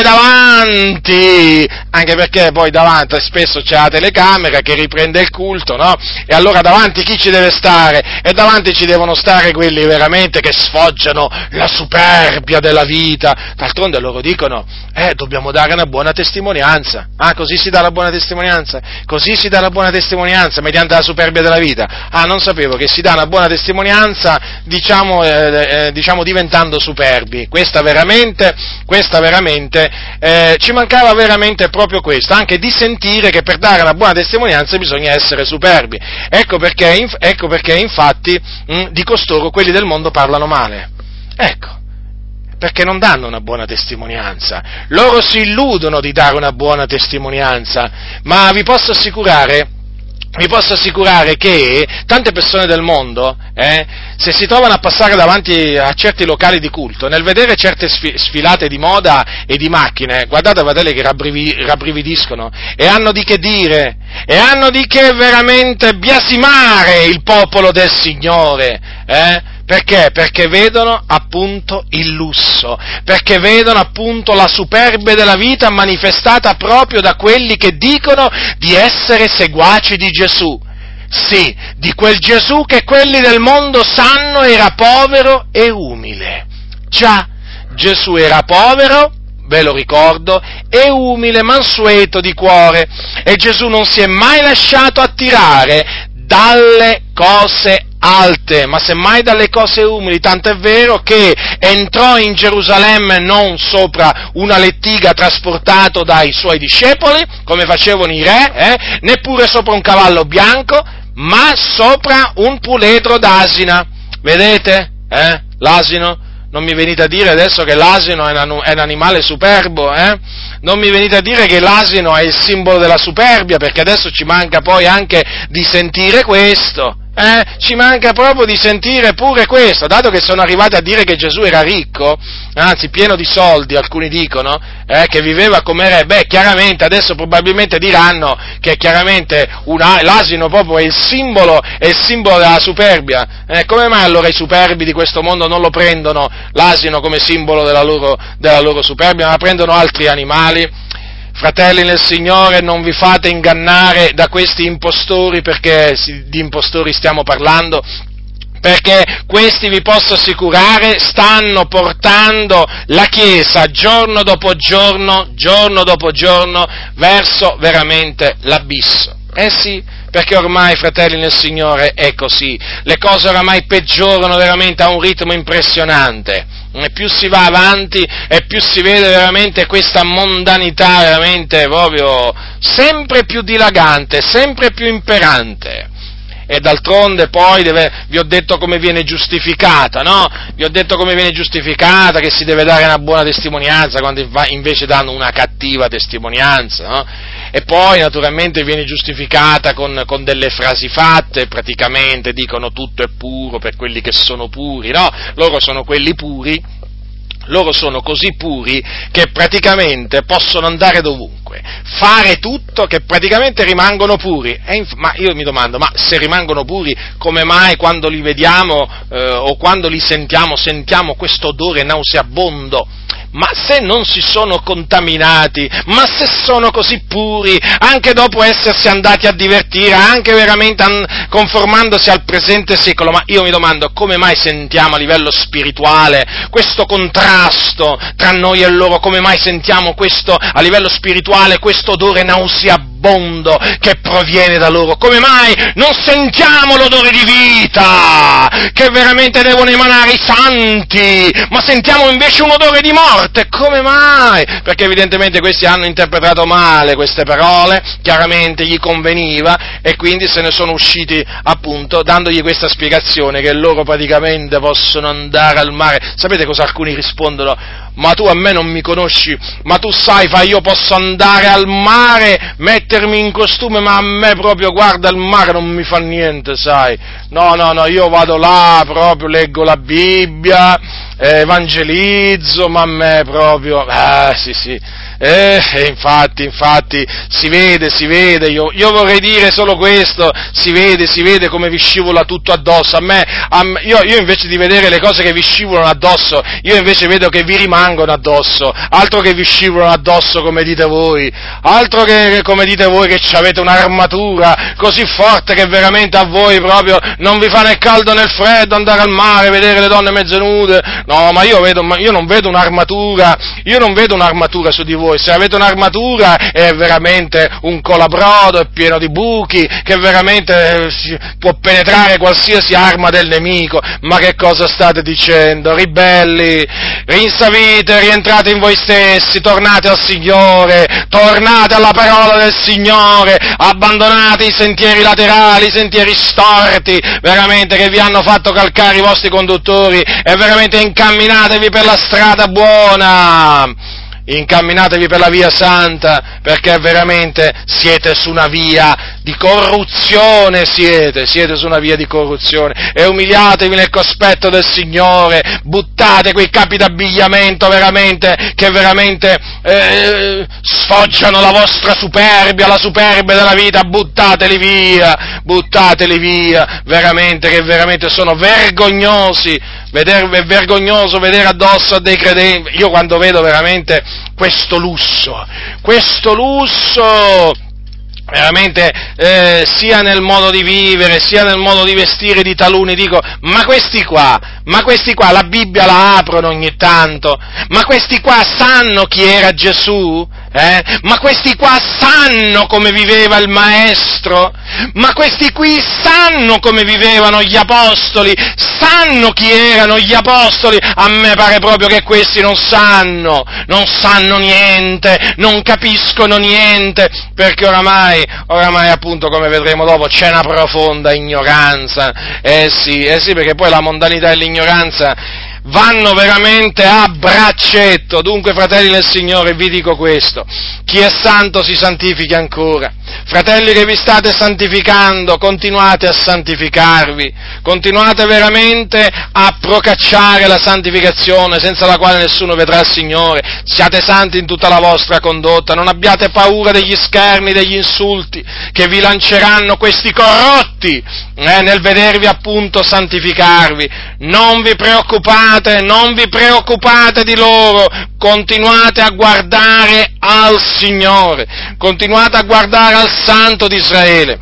davanti, anche perché poi davanti spesso c'è la telecamera che riprende il culto, no? E allora davanti chi ci deve stare? E davanti ci devono stare quelli veramente che sfoggiano la superbia della vita. D'altronde loro dicono, eh, dobbiamo dare una buona testimonianza. Ah, così si dà la buona testimonianza? Così si dà la buona testimonianza, mediante la superbia della vita. Ah, non sapevo che si dà una buona testimonianza, diciamo, eh, eh, diciamo diventando superbi. Questa veramente, questa veramente, eh, ci mancava veramente proprio questo, anche di sentire che per dare una buona testimonianza bisogna essere superbi. Ecco perché, ecco perché infatti, mh, di costoro quelli del mondo parlano male. Ecco. Perché non danno una buona testimonianza. Loro si illudono di dare una buona testimonianza, ma vi posso assicurare, vi posso assicurare che tante persone del mondo, eh, se si trovano a passare davanti a certi locali di culto, nel vedere certe sfilate di moda e di macchine, guardate, fratelli, che rabbrivi, rabbrividiscono, e hanno di che dire, e hanno di che veramente biasimare il popolo del Signore, eh? Perché? Perché vedono appunto il lusso, perché vedono appunto la superbia della vita manifestata proprio da quelli che dicono di essere seguaci di Gesù. Sì, di quel Gesù che quelli del mondo sanno era povero e umile. Già, Gesù era povero, ve lo ricordo, e umile, mansueto di cuore, e Gesù non si è mai lasciato attirare dalle cose alte, ma semmai dalle cose umili, tanto è vero che entrò in Gerusalemme non sopra una lettiga trasportato dai suoi discepoli, come facevano i re, eh, neppure sopra un cavallo bianco, ma sopra un puledro d'asina. Vedete? Eh? L'asino? Non mi venite a dire adesso che l'asino è un animale superbo, eh? Non mi venite a dire che l'asino è il simbolo della superbia, perché adesso ci manca poi anche di sentire questo. Eh, ci manca proprio di sentire pure questo, dato che sono arrivati a dire che Gesù era ricco, anzi pieno di soldi, alcuni dicono, eh, che viveva come re. Beh, chiaramente adesso probabilmente diranno che chiaramente una, l'asino proprio è il simbolo, è il simbolo della superbia. Eh, come mai allora i superbi di questo mondo non lo prendono l'asino come simbolo della loro, della loro superbia, ma prendono altri animali? Fratelli nel Signore, non vi fate ingannare da questi impostori, perché di impostori stiamo parlando, perché questi, vi posso assicurare, stanno portando la Chiesa giorno dopo giorno, giorno dopo giorno, verso veramente l'abisso. Eh sì, perché ormai, fratelli nel Signore, è così. Le cose oramai peggiorano veramente a un ritmo impressionante. E più si va avanti e più si vede veramente questa mondanità veramente proprio sempre più dilagante, sempre più imperante. E d'altronde poi deve, vi ho detto come viene giustificata, no? Vi ho detto come viene giustificata, che si deve dare una buona testimonianza quando invece danno una cattiva testimonianza, no? E poi naturalmente viene giustificata con, con delle frasi fatte, praticamente dicono tutto è puro per quelli che sono puri, no? Loro sono quelli puri. Loro sono così puri che praticamente possono andare dovunque, fare tutto, che praticamente rimangono puri. E inf- ma io mi domando, ma se rimangono puri, come mai quando li vediamo eh, o quando li sentiamo, sentiamo questo odore nauseabondo? Ma se non si sono contaminati, ma se sono così puri, anche dopo essersi andati a divertire, anche veramente an- conformandosi al presente secolo, ma io mi domando come mai sentiamo a livello spirituale questo contrasto tra noi e loro, come mai sentiamo questo a livello spirituale, questo odore nauseabondo che proviene da loro, come mai non sentiamo l'odore di vita che veramente devono emanare i santi, ma sentiamo invece un odore di morte? Come mai? Perché evidentemente questi hanno interpretato male queste parole, chiaramente gli conveniva, e quindi se ne sono usciti appunto dandogli questa spiegazione che loro praticamente possono andare al mare. Sapete cosa alcuni rispondono? Ma tu a me non mi conosci, ma tu sai, fa, io posso andare al mare, mettermi in costume, ma a me proprio, guarda, il mare non mi fa niente, sai, no, no, no, io vado là, proprio leggo la Bibbia, eh, evangelizzo, ma a me proprio, ah, sì, sì, eh, infatti, infatti, si vede, si vede, io, io vorrei dire solo questo, si vede, si vede come vi scivola tutto addosso, a me, a me io, io invece di vedere le cose che vi scivolano addosso, io invece vedo che vi rimangono addosso, altro che vi scivolano addosso come dite voi, altro che come dite voi che avete un'armatura così forte che veramente a voi proprio non vi fa né caldo né freddo andare al mare, vedere le donne mezze nude, no, ma io vedo, ma io non vedo un'armatura, io non vedo un'armatura su di voi. Se avete un'armatura è veramente un colabrodo, è pieno di buchi, che veramente eh, può penetrare qualsiasi arma del nemico. Ma che cosa state dicendo? Ribelli, rinsavite, rientrate in voi stessi, tornate al Signore, tornate alla parola del Signore, abbandonate i sentieri laterali, i sentieri storti, veramente che vi hanno fatto calcare i vostri conduttori, e veramente incamminatevi per la strada buona. Incamminatevi per la via santa, perché veramente siete su una via di corruzione, siete, siete su una via di corruzione, e umiliatevi nel cospetto del Signore, buttate quei capi d'abbigliamento veramente, che veramente eh, sfoggiano la vostra superbia, la superbia della vita, buttateli via, buttateli via, veramente, che veramente sono vergognosi. Veder, è vergognoso vedere addosso a dei credenti, io quando vedo veramente questo lusso, questo lusso, veramente eh, sia nel modo di vivere, sia nel modo di vestire di taluni, dico, ma questi qua, ma questi qua la Bibbia la aprono ogni tanto, ma questi qua sanno chi era Gesù? Eh? Ma questi qua sanno come viveva il Maestro? Ma questi qui sanno come vivevano gli Apostoli? Sanno chi erano gli Apostoli? A me pare proprio che questi non sanno, non sanno niente, non capiscono niente, perché oramai, oramai appunto, come vedremo dopo, c'è una profonda ignoranza, eh sì, eh sì, perché poi la mondanità e l'ignoranza vanno veramente a braccetto. Dunque, fratelli nel Signore, vi dico questo: chi è santo si santifichi ancora. Fratelli che vi state santificando, continuate a santificarvi, continuate veramente a procacciare la santificazione, senza la quale nessuno vedrà il Signore. Siate santi in tutta la vostra condotta, non abbiate paura degli scherni, degli insulti che vi lanceranno questi corrotti eh, nel vedervi appunto santificarvi. Non vi preoccupate, non vi preoccupate di loro, continuate a guardare al Signore, continuate a guardare al Santo di Israele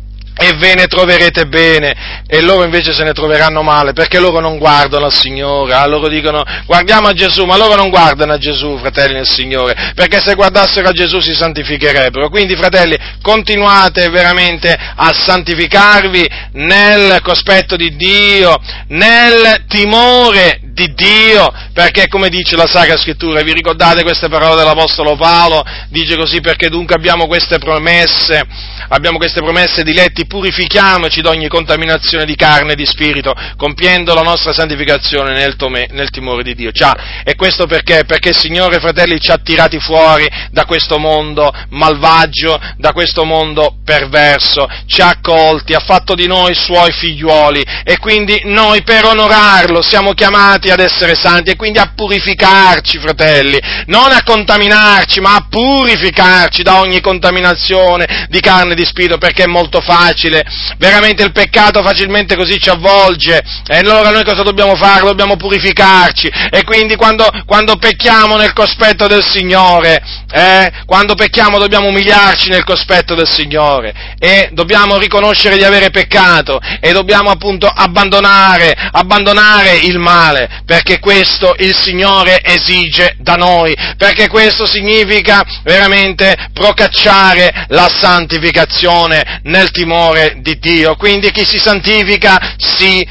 e ve ne troverete bene, e loro invece se ne troveranno male, perché loro non guardano al Signore, ah, loro dicono guardiamo a Gesù, ma loro non guardano a Gesù, fratelli nel Signore, perché se guardassero a Gesù si santificherebbero. Quindi, fratelli, continuate veramente a santificarvi nel cospetto di Dio, nel timore di Dio, perché come dice la Sacra Scrittura, vi ricordate queste parole dell'Apostolo Paolo? Dice così: perché dunque abbiamo queste promesse, abbiamo queste promesse diletti, purifichiamoci da ogni contaminazione di carne e di spirito, compiendo la nostra santificazione nel, tome, nel timore di Dio. Già, e questo perché? Perché il Signore, fratelli, ci ha tirati fuori da questo mondo malvagio, da questo mondo perverso, ci ha accolti, ha fatto di noi Suoi figliuoli, e quindi noi per onorarlo siamo chiamati ad essere santi e quindi a purificarci, fratelli, non a contaminarci, ma a purificarci da ogni contaminazione di carne e di spirito, perché è molto facile, veramente il peccato facilmente così ci avvolge, e allora noi cosa dobbiamo fare? Dobbiamo purificarci, e quindi quando, quando pecchiamo nel cospetto del Signore, eh, quando pecchiamo dobbiamo umiliarci nel cospetto del Signore, e dobbiamo riconoscere di avere peccato, e dobbiamo appunto abbandonare, abbandonare il male, perché questo il Signore esige da noi, perché questo significa veramente procacciare la santificazione nel timore di Dio. Quindi chi si santifica si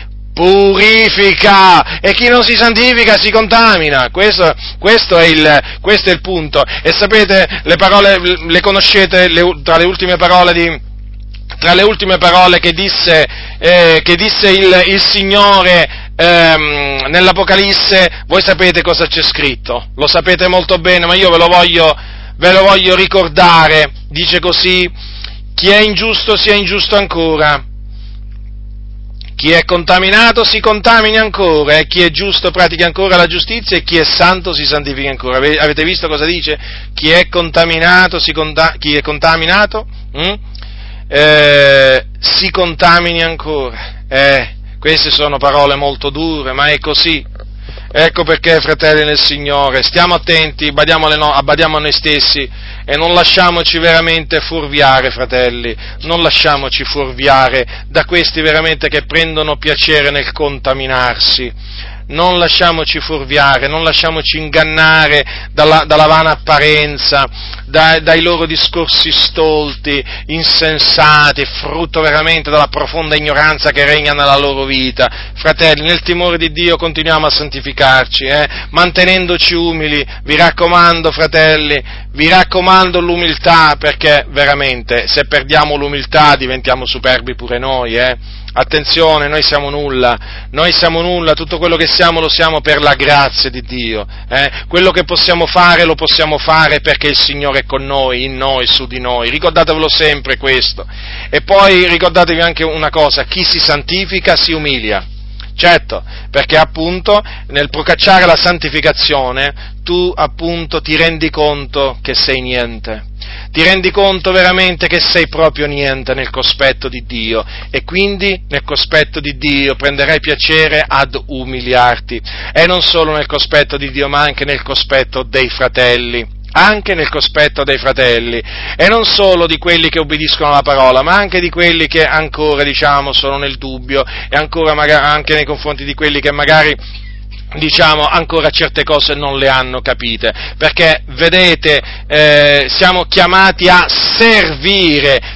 purifica, e chi non si santifica si contamina. Questo, questo, è, il, questo è il punto. E sapete, le parole, le conoscete, le, tra le ultime parole di tra le ultime parole che disse, eh, che disse il, il Signore ehm, nell'Apocalisse, voi sapete cosa c'è scritto, lo sapete molto bene, ma io ve lo voglio, ve lo voglio ricordare. Dice così: chi è ingiusto sia ingiusto ancora, chi è contaminato si contamini ancora, e chi è giusto pratichi ancora la giustizia, e chi è santo si santifichi ancora. Avete visto cosa dice? Chi è contaminato, si conta- chi è contaminato hm? eh, si contamini ancora. Eh, queste sono parole molto dure, ma è così. Ecco perché, fratelli nel Signore, stiamo attenti, badiamo, le no- abbadiamo a noi stessi e non lasciamoci veramente fuorviare, fratelli, non lasciamoci fuorviare da questi veramente che prendono piacere nel contaminarsi. Non lasciamoci fuorviare, non lasciamoci ingannare dalla, dalla vana apparenza, dai, dai loro discorsi stolti, insensati, frutto veramente della profonda ignoranza che regna nella loro vita. Fratelli, nel timore di Dio continuiamo a santificarci, eh? mantenendoci umili, vi raccomando, fratelli, vi raccomando l'umiltà, perché veramente se perdiamo l'umiltà diventiamo superbi pure noi, eh? Attenzione, noi siamo nulla, noi siamo nulla, tutto quello che siamo lo siamo per la grazia di Dio, eh? Quello che possiamo fare lo possiamo fare perché il Signore è con noi, in noi, su di noi, ricordatevelo sempre questo. E poi ricordatevi anche una cosa: chi si santifica si umilia. Certo, perché appunto nel procacciare la santificazione tu appunto ti rendi conto che sei niente, ti rendi conto veramente che sei proprio niente nel cospetto di Dio, e quindi nel cospetto di Dio prenderai piacere ad umiliarti, e non solo nel cospetto di Dio ma anche nel cospetto dei fratelli. Anche nel cospetto dei fratelli, e non solo di quelli che obbediscono alla parola, ma anche di quelli che ancora, diciamo, sono nel dubbio, e ancora magari anche nei confronti di quelli che magari, diciamo, ancora certe cose non le hanno capite, perché, vedete, eh, siamo chiamati a servire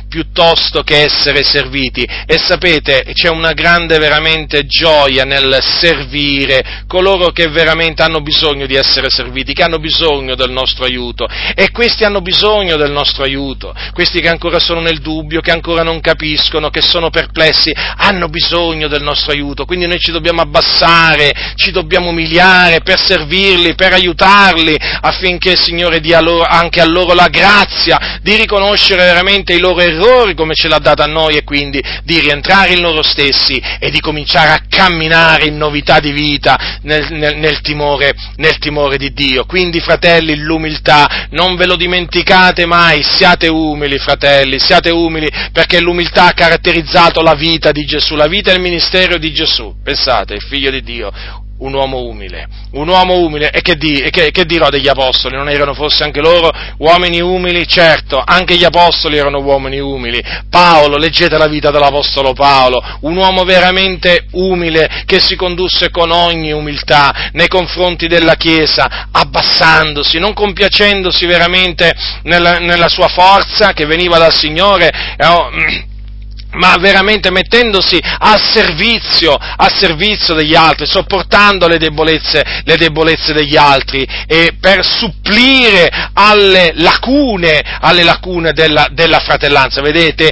piuttosto che essere serviti. E sapete, c'è una grande veramente gioia nel servire coloro che veramente hanno bisogno di essere serviti, che hanno bisogno del nostro aiuto, e questi hanno bisogno del nostro aiuto, questi che ancora sono nel dubbio, che ancora non capiscono, che sono perplessi, hanno bisogno del nostro aiuto, quindi noi ci dobbiamo abbassare, ci dobbiamo umiliare per servirli, per aiutarli, affinché il Signore dia loro, anche a loro la grazia di riconoscere veramente i loro errori come ce l'ha data a noi, e quindi di rientrare in loro stessi e di cominciare a camminare in novità di vita nel, nel, nel, timore, nel timore di Dio. Quindi, fratelli, l'umiltà, non ve lo dimenticate mai, siate umili, fratelli, siate umili, perché l'umiltà ha caratterizzato la vita di Gesù, la vita e il ministero di Gesù. Pensate, il Figlio di Dio, un uomo umile, un uomo umile, e che, di, e che, che dirò degli apostoli? Non erano forse anche loro uomini umili? Certo, anche gli apostoli erano uomini umili. Paolo, leggete la vita dell'apostolo Paolo, un uomo veramente umile, che si condusse con ogni umiltà nei confronti della Chiesa, abbassandosi, non compiacendosi veramente nella, nella sua forza che veniva dal Signore, eh, ma veramente mettendosi al servizio, al servizio degli altri, sopportando le debolezze, le debolezze degli altri, e per supplire alle lacune, alle lacune della, della fratellanza. Vedete,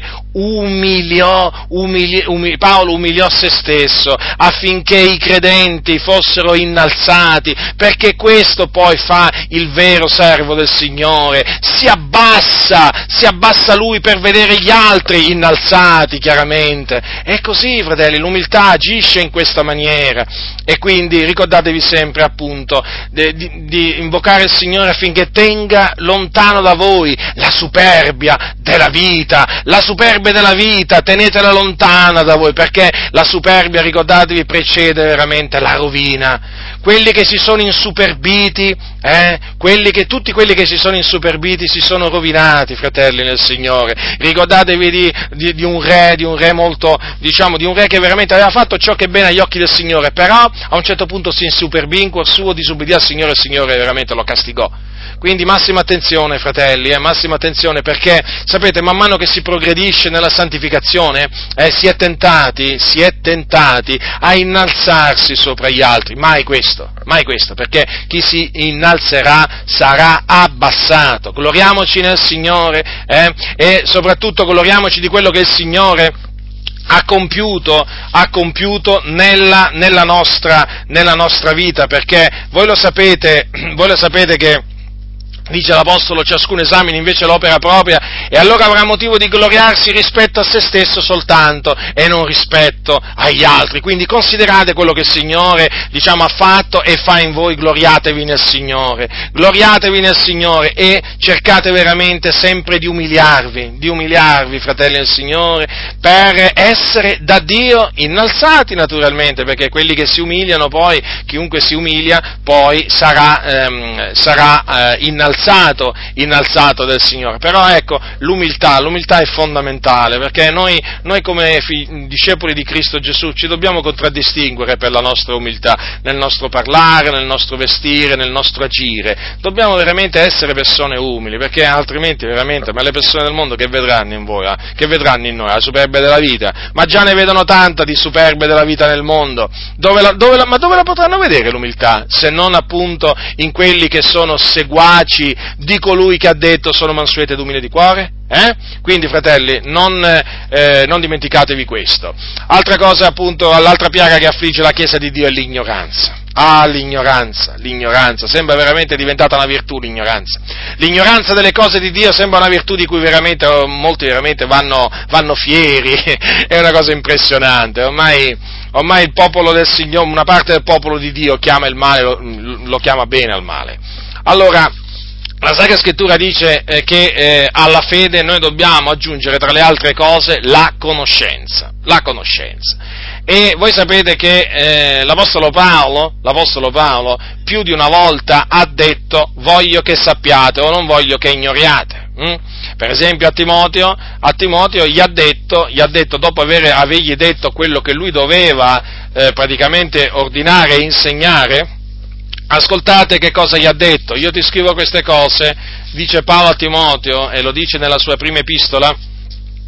umiliò, umili, umili, Paolo umiliò se stesso affinché i credenti fossero innalzati, perché questo poi fa il vero servo del Signore, si abbassa, si abbassa lui per vedere gli altri innalzati, chiaramente. È così, fratelli, l'umiltà agisce in questa maniera, e quindi ricordatevi sempre, appunto, di, di, di invocare il Signore affinché tenga lontano da voi la superbia della vita, la superbia della vita, tenetela lontana da voi, perché la superbia, ricordatevi, precede veramente la rovina. Quelli che si sono insuperbiti, eh, quelli che, tutti quelli che si sono insuperbiti si sono rovinati, fratelli nel Signore. Ricordatevi di, di, di un re, di un re molto, diciamo, di un re che veramente aveva fatto ciò che è bene agli occhi del Signore, però a un certo punto si insuperbì in cuor suo, disubbidì al Signore, e il Signore veramente lo castigò. Quindi massima attenzione, fratelli, eh, massima attenzione, perché, sapete, man mano che si progredisce nella santificazione, eh, si è tentati, si è tentati a innalzarsi sopra gli altri. Mai questo, mai questo, perché chi si innalzerà sarà abbassato. Gloriamoci nel Signore, eh, e soprattutto gloriamoci di quello che il Signore ha compiuto, ha compiuto nella, nella nostra, nella nostra vita, perché voi lo sapete, voi lo sapete che dice l'Apostolo, ciascuno esamini invece l'opera propria, e allora avrà motivo di gloriarsi rispetto a se stesso soltanto, e non rispetto agli altri. Quindi considerate quello che il Signore, diciamo, ha fatto e fa in voi, gloriatevi nel Signore, gloriatevi nel Signore, e cercate veramente sempre di umiliarvi, di umiliarvi, fratelli del Signore, per essere da Dio innalzati, naturalmente, perché quelli che si umiliano poi, chiunque si umilia, poi sarà, ehm, sarà eh, innalzato. Innalzato, innalzato del Signore. Però ecco, l'umiltà, l'umiltà è fondamentale, perché noi, noi come figli, discepoli di Cristo Gesù ci dobbiamo contraddistinguere per la nostra umiltà, nel nostro parlare, nel nostro vestire, nel nostro agire. Dobbiamo veramente essere persone umili, perché altrimenti veramente, ma le persone del mondo che vedranno in voi, eh? Che vedranno in noi? La superbia della vita? Ma già ne vedono tanta di superbia della vita nel mondo. Dove la, dove la, ma dove la potranno vedere l'umiltà? Se non appunto in quelli che sono seguaci di colui che ha detto: sono mansueto ed umile di cuore? Eh? Quindi, fratelli, non, eh, non dimenticatevi questo. Altra cosa, appunto, l'altra piaga che affligge la Chiesa di Dio è l'ignoranza. Ah, l'ignoranza, l'ignoranza, sembra veramente diventata una virtù l'ignoranza. L'ignoranza delle cose di Dio sembra una virtù di cui veramente, molti veramente vanno, vanno fieri, è una cosa impressionante. Ormai, ormai il popolo del Signore, una parte del popolo di Dio chiama il male, lo, lo chiama bene al male. Allora, la Sacra Scrittura dice eh, che eh, alla fede noi dobbiamo aggiungere, tra le altre cose, la conoscenza, la conoscenza. E voi sapete che eh, l'Apostolo Paolo, l'Apostolo Paolo più di una volta ha detto: voglio che sappiate o non voglio che ignoriate. Mm? Per esempio a Timoteo, a Timoteo gli ha detto, gli ha detto dopo aver, avergli detto quello che lui doveva eh, praticamente ordinare e insegnare. Ascoltate che cosa gli ha detto: io ti scrivo queste cose, dice Paolo a Timoteo, e lo dice nella sua prima epistola,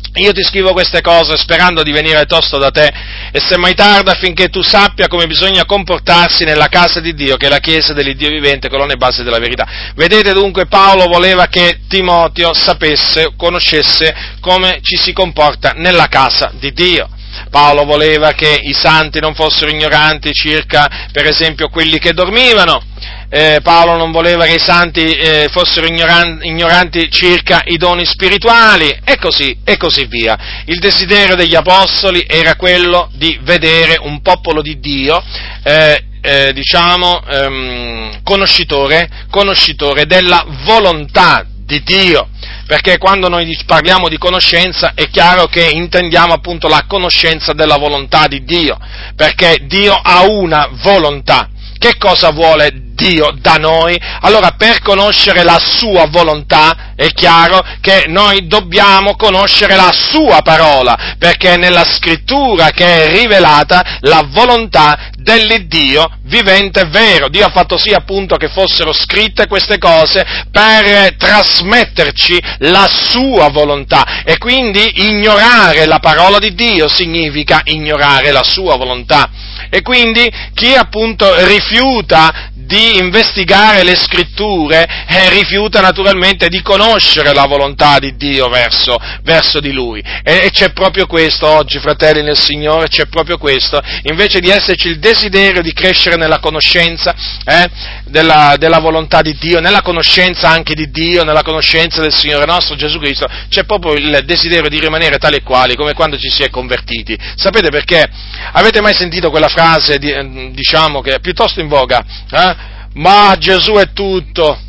io ti scrivo queste cose sperando di venire tosto da te, e se mai tarda, affinché tu sappia come bisogna comportarsi nella casa di Dio, che è la chiesa dell'Iddio vivente, colonna e base della verità. Vedete dunque, Paolo voleva che Timoteo sapesse, conoscesse come ci si comporta nella casa di Dio. Paolo voleva che i santi non fossero ignoranti circa, per esempio, quelli che dormivano. Eh, Paolo non voleva che i santi eh, fossero ignoran- ignoranti circa i doni spirituali, e così, e così via. Il desiderio degli apostoli era quello di vedere un popolo di Dio, eh, eh, diciamo, ehm, conoscitore, conoscitore della volontà di Dio. Perché quando noi parliamo di conoscenza è chiaro che intendiamo appunto la conoscenza della volontà di Dio, perché Dio ha una volontà. Che cosa vuole Dio da noi? Allora, per conoscere la sua volontà è chiaro che noi dobbiamo conoscere la sua parola, perché è nella scrittura che è rivelata la volontà dell'Iddio vivente e vero. Dio ha fatto sì appunto che fossero scritte queste cose per trasmetterci la sua volontà, e quindi ignorare la parola di Dio significa ignorare la sua volontà. E quindi chi appunto rifiuta di investigare le scritture eh, rifiuta naturalmente di conoscere la volontà di Dio verso, verso di Lui. E, e c'è proprio questo oggi, fratelli nel Signore, c'è proprio questo. Invece di esserci il desiderio di crescere nella conoscenza eh, della, della volontà di Dio, nella conoscenza anche di Dio, nella conoscenza del Signore nostro Gesù Cristo, c'è proprio il desiderio di rimanere tali e quali, come quando ci si è convertiti. Sapete perché? Avete mai sentito quella frase, diciamo, che è piuttosto in voga? Eh? Ma Gesù è tutto,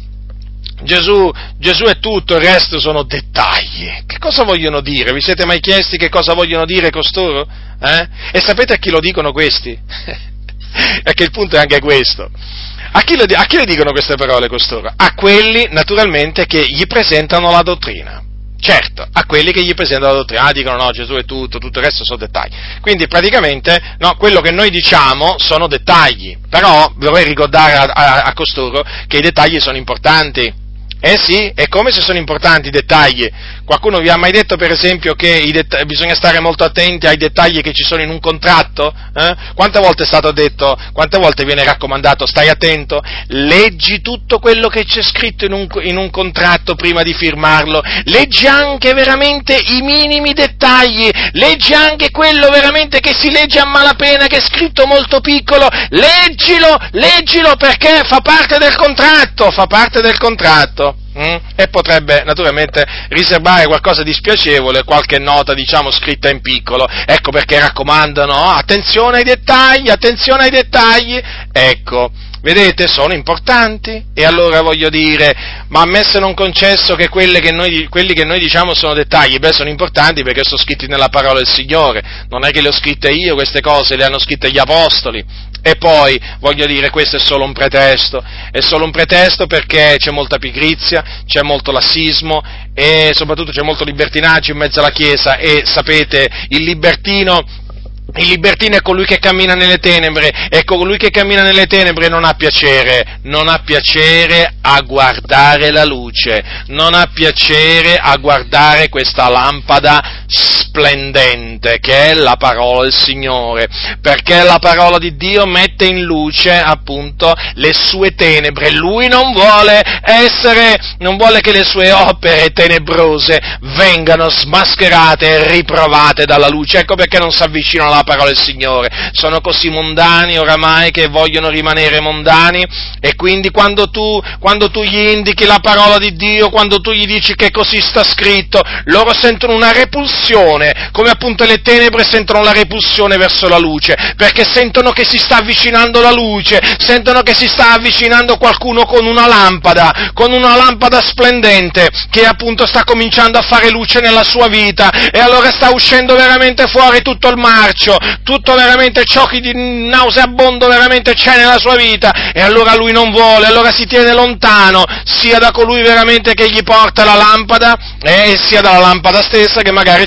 Gesù, Gesù è tutto, il resto sono dettagli. Che cosa vogliono dire? Vi siete mai chiesti che cosa vogliono dire costoro? Eh? E sapete a chi lo dicono questi? Perché il punto è anche questo. A chi, le, a chi le dicono queste parole costoro? A quelli, naturalmente, che gli presentano la dottrina. Certo, a quelli che gli presentano la dottrina, ah, dicono no, Gesù è tutto, tutto il resto sono dettagli. Quindi praticamente, no, quello che noi diciamo sono dettagli, però vorrei ricordare a, a, a costoro che i dettagli sono importanti. Eh sì, e come se sono importanti i dettagli? Qualcuno vi ha mai detto, per esempio, che i det- bisogna stare molto attenti ai dettagli che ci sono in un contratto? Eh? Quante volte è stato detto, quante volte viene raccomandato, stai attento, leggi tutto quello che c'è scritto in un, in un contratto prima di firmarlo, leggi anche veramente i minimi dettagli, leggi anche quello veramente che si legge a malapena, che è scritto molto piccolo, leggilo, leggilo perché fa parte del contratto, fa parte del contratto. Mm? E potrebbe naturalmente riservare qualcosa di spiacevole, qualche nota diciamo scritta in piccolo, ecco perché raccomandano, oh, attenzione ai dettagli, attenzione ai dettagli, ecco, vedete, sono importanti, e allora voglio dire, ma ammesso non concesso che, quelle che noi, quelli che noi diciamo sono dettagli, beh, sono importanti perché sono scritti nella parola del Signore, non è che le ho scritte io queste cose, le hanno scritte gli apostoli. E poi, voglio dire, questo è solo un pretesto, è solo un pretesto perché c'è molta pigrizia, c'è molto lassismo e soprattutto c'è molto libertinaggio in mezzo alla Chiesa, e sapete, il libertino, il libertino è colui che cammina nelle tenebre, e colui che cammina nelle tenebre non ha piacere, non ha piacere a guardare la luce, non ha piacere a guardare questa lampada splendente che è la parola del Signore, perché la parola di Dio mette in luce appunto le sue tenebre. Lui non vuole essere, non vuole che le sue opere tenebrose vengano smascherate e riprovate dalla luce. Ecco perché non si avvicinano alla parola del Signore, sono così mondani oramai che vogliono rimanere mondani, e quindi quando tu, quando tu gli indichi la parola di Dio, quando tu gli dici che così sta scritto, loro sentono una repulsione, come appunto le tenebre sentono la repulsione verso la luce, perché sentono che si sta avvicinando la luce, sentono che si sta avvicinando qualcuno con una lampada, con una lampada splendente, che appunto sta cominciando a fare luce nella sua vita, e allora sta uscendo veramente fuori tutto il marcio, tutto veramente ciò che di nauseabondo veramente c'è nella sua vita, e allora lui non vuole, allora si tiene lontano, sia da colui veramente che gli porta la lampada, e sia dalla lampada stessa, che magari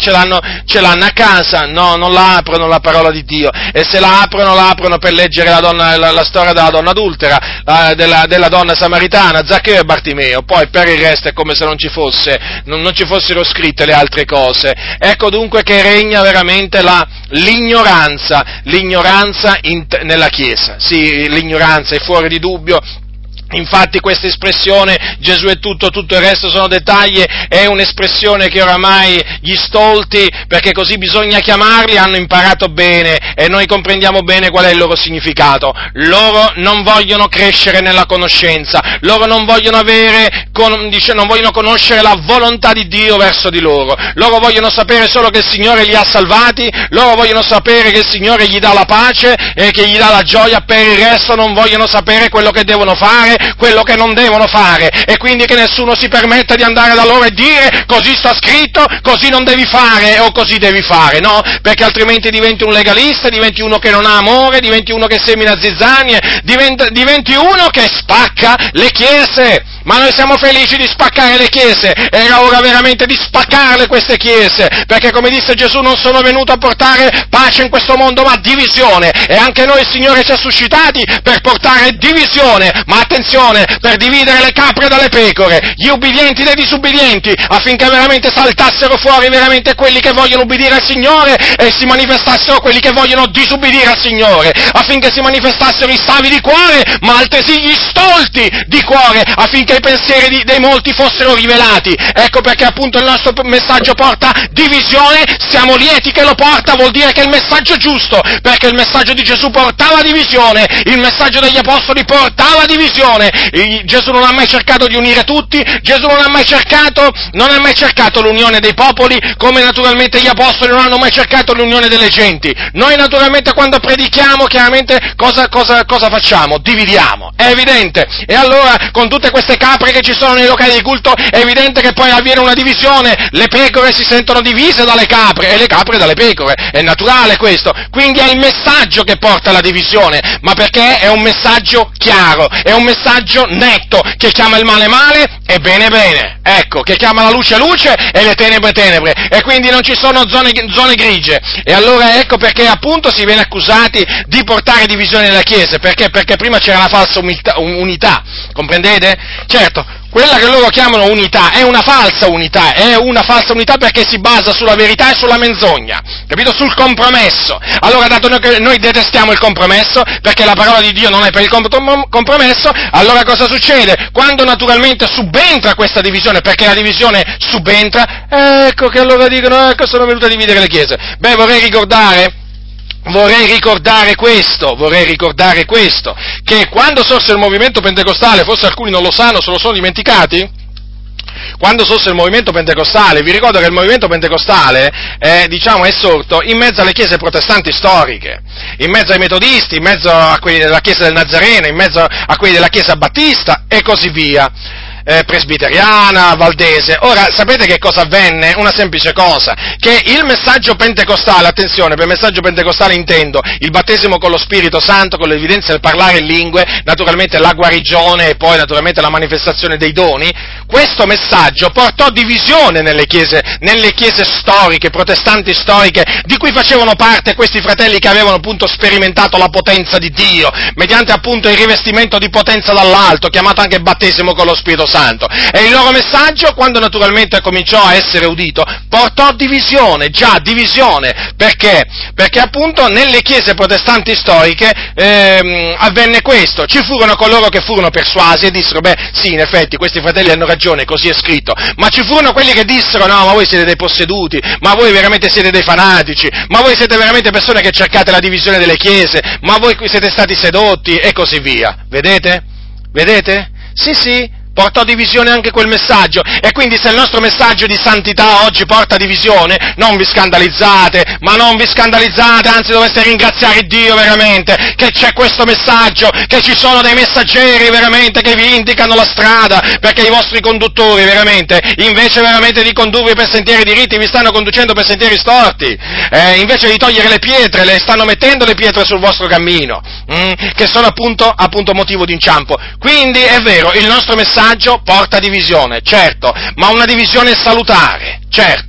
ce l'hanno, ce l'hanno a casa, no, non la aprono la parola di Dio, e se la aprono, la aprono per leggere la, donna, la, la storia della donna adultera, la, della, della donna samaritana, Zaccheo e Bartimeo, poi per il resto è come se non ci fosse, non, non ci fossero scritte le altre cose. Ecco dunque che regna veramente la, l'ignoranza, l'ignoranza in, nella Chiesa, sì, l'ignoranza è fuori di dubbio. Infatti questa espressione, Gesù è tutto, tutto il resto sono dettagli, è un'espressione che oramai gli stolti, perché così bisogna chiamarli, hanno imparato bene e noi comprendiamo bene qual è il loro significato. Loro non vogliono crescere nella conoscenza, loro non vogliono avere, dice, non vogliono conoscere la volontà di Dio verso di loro, loro vogliono sapere solo che il Signore li ha salvati, loro vogliono sapere che il Signore gli dà la pace e che gli dà la gioia, per il resto non vogliono sapere quello che devono fare, quello che non devono fare, e quindi che nessuno si permetta di andare da loro e dire così sta scritto, così non devi fare o così devi fare, no? Perché altrimenti diventi un legalista, diventi uno che non ha amore, diventi uno che semina zizzanie, diventi, diventi uno che spacca le chiese. Ma noi siamo felici di spaccare le chiese, era ora veramente di spaccarle queste chiese, perché come disse Gesù non sono venuto a portare pace in questo mondo ma divisione, e anche noi il Signore ci ha suscitati per portare divisione, ma attenzione, per dividere le capre dalle pecore, gli ubbidienti dai disubbidienti, affinché veramente saltassero fuori veramente quelli che vogliono ubbidire al Signore e si manifestassero quelli che vogliono disubbidire al Signore, affinché si manifestassero i savi di cuore, ma altresì gli stolti di cuore, affinché i pensieri di, dei molti fossero rivelati. Ecco perché appunto il nostro messaggio porta divisione, siamo lieti che lo porta, vuol dire che è il messaggio giusto, perché il messaggio di Gesù portava divisione, il messaggio degli apostoli portava divisione, e Gesù non ha mai cercato di unire tutti, Gesù non ha mai cercato, non ha mai cercato l'unione dei popoli, come naturalmente gli apostoli non hanno mai cercato l'unione delle genti. Noi naturalmente quando predichiamo, chiaramente cosa, cosa, cosa facciamo? Dividiamo, è evidente, e allora con tutte queste capre che ci sono nei locali di culto, è evidente che poi avviene una divisione, le pecore si sentono divise dalle capre e le capre dalle pecore, è naturale questo, quindi è il messaggio che porta alla divisione, ma perché è un messaggio chiaro, è un messaggio netto, che chiama il male male e bene bene, ecco, che chiama la luce luce e le tenebre tenebre, e quindi non ci sono zone, zone grigie, e allora ecco perché appunto si viene accusati di portare divisione nella Chiesa, perché? Perché prima c'era una falsa umiltà, unità, comprendete? Certo, quella che loro chiamano unità è una falsa unità, è una falsa unità perché si basa sulla verità e sulla menzogna, capito? Sul compromesso. Allora, dato che noi detestiamo il compromesso, perché la parola di Dio non è per il compromesso, allora cosa succede? Quando naturalmente subentra questa divisione, perché la divisione subentra, ecco che allora dicono, ecco sono venuti a dividere le chiese. Beh, vorrei ricordare Vorrei ricordare questo, vorrei ricordare questo, che quando sorse il movimento pentecostale, forse alcuni non lo sanno, se lo sono dimenticati, quando sorse il movimento pentecostale, vi ricordo che il movimento pentecostale, eh, diciamo, è sorto in mezzo alle chiese protestanti storiche, in mezzo ai metodisti, in mezzo a quelli della chiesa del Nazareno, in mezzo a quelli della chiesa battista e così via. Eh, presbiteriana, valdese. Ora, sapete che cosa avvenne? Una semplice cosa, che il messaggio pentecostale, attenzione, per messaggio pentecostale intendo il battesimo con lo Spirito Santo, con l'evidenza del parlare in lingue, naturalmente la guarigione e poi naturalmente la manifestazione dei doni. Questo messaggio portò divisione nelle chiese, nelle chiese storiche, protestanti storiche, di cui facevano parte questi fratelli che avevano appunto sperimentato la potenza di Dio, mediante appunto il rivestimento di potenza dall'alto, chiamato anche battesimo con lo Spirito Santo. E il loro messaggio, quando naturalmente cominciò a essere udito, portò divisione, già divisione, perché? Perché appunto nelle chiese protestanti storiche ehm, avvenne questo, ci furono coloro che furono persuasi e dissero, beh sì, in effetti questi fratelli hanno ragione, così è scritto, ma ci furono quelli che dissero, no, ma voi siete dei posseduti, ma voi veramente siete dei fanatici, ma voi siete veramente persone che cercate la divisione delle chiese, ma voi siete stati sedotti e così via, vedete? Vedete? Sì, sì. Portò divisione anche quel messaggio, e quindi se il nostro messaggio di santità oggi porta divisione, non vi scandalizzate, ma non vi scandalizzate, anzi dovreste ringraziare Dio veramente, che c'è questo messaggio, che ci sono dei messaggeri veramente che vi indicano la strada, perché i vostri conduttori veramente, invece veramente di condurvi per sentieri diritti, vi stanno conducendo per sentieri storti, eh, invece di togliere le pietre, le stanno mettendo le pietre sul vostro cammino, mm, che sono appunto, appunto motivo di inciampo. Quindi è vero, il nostro messaggio porta divisione, certo, ma una divisione salutare, certo,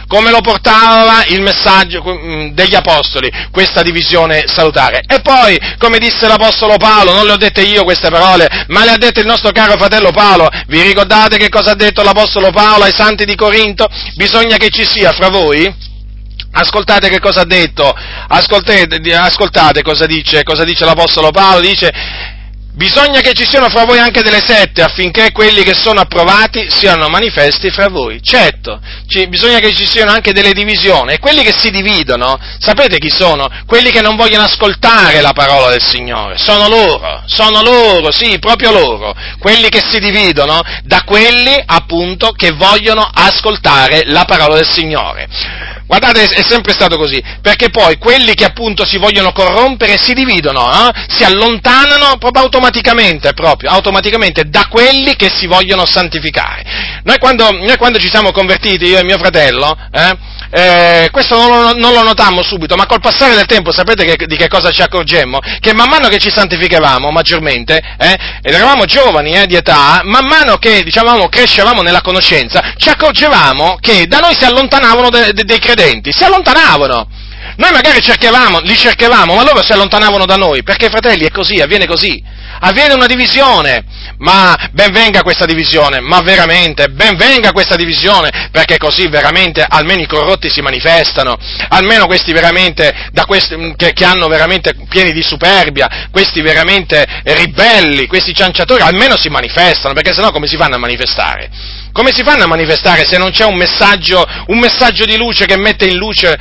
come lo portava il messaggio degli apostoli, questa divisione salutare. E poi, come disse l'apostolo Paolo, non le ho dette io queste parole, ma le ha dette il nostro caro fratello Paolo. Vi ricordate che cosa ha detto l'apostolo Paolo ai santi di Corinto? Bisogna che ci sia fra voi. Ascoltate che cosa ha detto, ascoltate, ascoltate cosa dice, cosa dice l'apostolo Paolo, dice: bisogna che ci siano fra voi anche delle sette, affinché quelli che sono approvati siano manifesti fra voi. Certo, ci, bisogna che ci siano anche delle divisioni, e quelli che si dividono, sapete chi sono? Quelli che non vogliono ascoltare la parola del Signore, sono loro, sono loro, sì, proprio loro, quelli che si dividono da quelli, appunto, che vogliono ascoltare la parola del Signore. Guardate, è sempre stato così, perché poi quelli che appunto si vogliono corrompere si dividono, eh? si allontanano proprio automaticamente, proprio, automaticamente da quelli che si vogliono santificare. Noi quando, noi quando ci siamo convertiti, io e mio fratello, eh, eh, questo non lo, non lo notammo subito, ma col passare del tempo sapete che, di che cosa ci accorgemmo? Che man mano che ci santificavamo maggiormente, eh, ed eravamo giovani eh, di età, man mano che diciamo, crescevamo nella conoscenza, ci accorgevamo che da noi si allontanavano de, de, dei credenti, si allontanavano. Noi magari cercavamo, li cercavamo, ma loro si allontanavano da noi, perché fratelli è così, avviene così, avviene una divisione, ma ben venga questa divisione, ma veramente, ben venga questa divisione, perché così veramente almeno i corrotti si manifestano, almeno questi veramente, da questi, che, che hanno veramente pieni di superbia, questi veramente ribelli, questi cianciatori, almeno si manifestano, perché sennò come si fanno a manifestare? Come si fanno a manifestare se non c'è un messaggio, un messaggio di luce che mette in luce,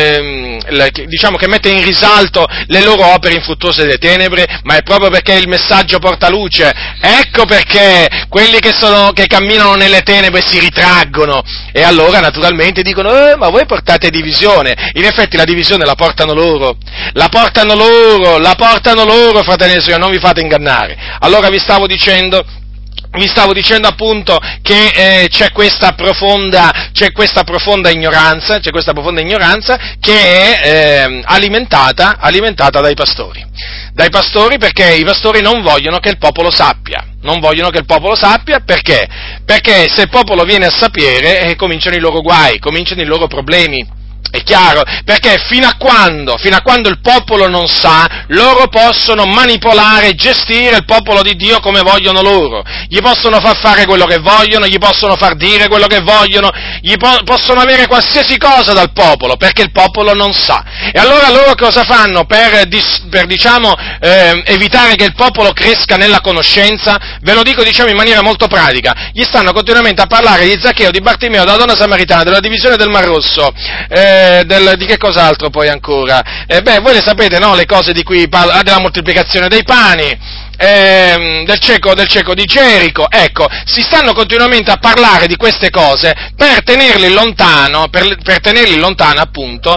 eh, diciamo che mette in risalto le loro opere infruttuose delle tenebre? Ma è proprio perché il messaggio porta luce. Ecco perché quelli che sono, che camminano nelle tenebre si ritraggono e allora naturalmente dicono: eh, ma voi portate divisione. In effetti la divisione la portano loro, la portano loro, la portano loro, fratelli e sorelle, non vi fate ingannare. Allora vi stavo dicendo. Vi stavo dicendo appunto che eh, c'è questa profonda, c'è questa profonda ignoranza, c'è questa profonda ignoranza che è eh, alimentata, alimentata dai pastori. Dai pastori perché i pastori non vogliono che il popolo sappia. Non vogliono che il popolo sappia perché? Perché se il popolo viene a sapere eh, cominciano i loro guai, cominciano i loro problemi. È chiaro, perché fino a quando, fino a quando il popolo non sa, loro possono manipolare e gestire il popolo di Dio come vogliono loro, gli possono far fare quello che vogliono, gli possono far dire quello che vogliono, gli po- possono avere qualsiasi cosa dal popolo, perché il popolo non sa. E allora loro cosa fanno per, dis- per diciamo, eh, evitare che il popolo cresca nella conoscenza? Ve lo dico, diciamo, in maniera molto pratica, gli stanno continuamente a parlare di Zaccheo, di Bartimeo, della donna samaritana, della divisione del Mar Rosso, eh, Del, di che cos'altro poi ancora? Eh, beh, voi le sapete, no? Le cose di cui parla, della moltiplicazione dei pani, eh, del cieco, del cieco di Gerico. Ecco, si stanno continuamente a parlare di queste cose per tenerli lontano, per, per tenerli lontano appunto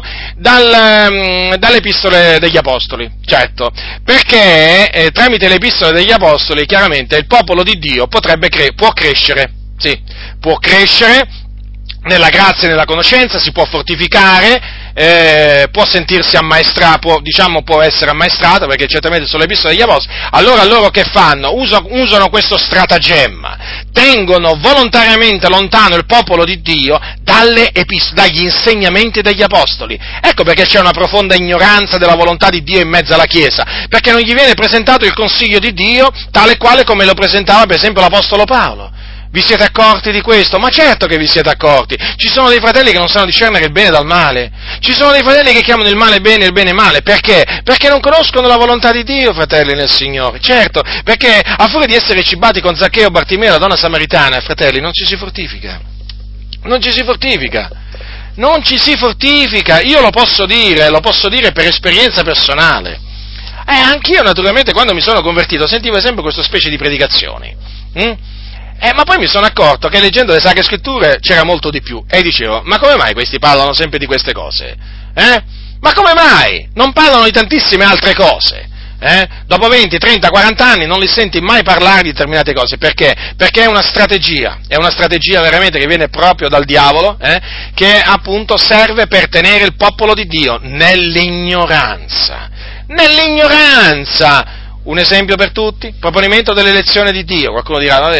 dal, dalle epistole degli apostoli, certo, perché eh, tramite le epistole degli apostoli chiaramente il popolo di Dio potrebbe cre- può crescere, sì, può crescere nella grazia e nella conoscenza, si può fortificare, eh, può sentirsi ammaestrato, può, diciamo può essere ammaestrato, perché certamente sono le epistole degli apostoli. Allora loro che fanno? Uso, usano questo stratagemma, tengono volontariamente lontano il popolo di Dio dalle epist- dagli insegnamenti degli apostoli. Ecco perché c'è una profonda ignoranza della volontà di Dio in mezzo alla Chiesa, perché non gli viene presentato il consiglio di Dio tale quale come lo presentava per esempio l'apostolo Paolo. Vi siete accorti di questo? Ma certo che vi siete accorti. Ci sono dei fratelli che non sanno discernere il bene dal male. Ci sono dei fratelli che chiamano il male bene e il bene male. Perché? Perché non conoscono la volontà di Dio, fratelli nel Signore. Certo, perché a furia di essere cibati con Zaccheo, Bartimeo, la donna samaritana, fratelli, non ci si fortifica. Non ci si fortifica. Non ci si fortifica. Io lo posso dire, lo posso dire per esperienza personale. Eh, anch'io naturalmente quando mi sono convertito sentivo sempre questa specie di predicazioni. Hm? Eh, ma poi mi sono accorto che leggendo le Sacre Scritture c'era molto di più, e dicevo, ma come mai questi parlano sempre di queste cose? Eh? Ma come mai? Non parlano di tantissime altre cose? Eh? Dopo venti, trenta, quaranta anni non li senti mai parlare di determinate cose, perché? Perché è una strategia, è una strategia veramente che viene proprio dal diavolo, eh? Che appunto serve per tenere il popolo di Dio nell'ignoranza, nell'ignoranza! Un esempio per tutti, proponimento dell'elezione di Dio. Qualcuno dirà, vabbè,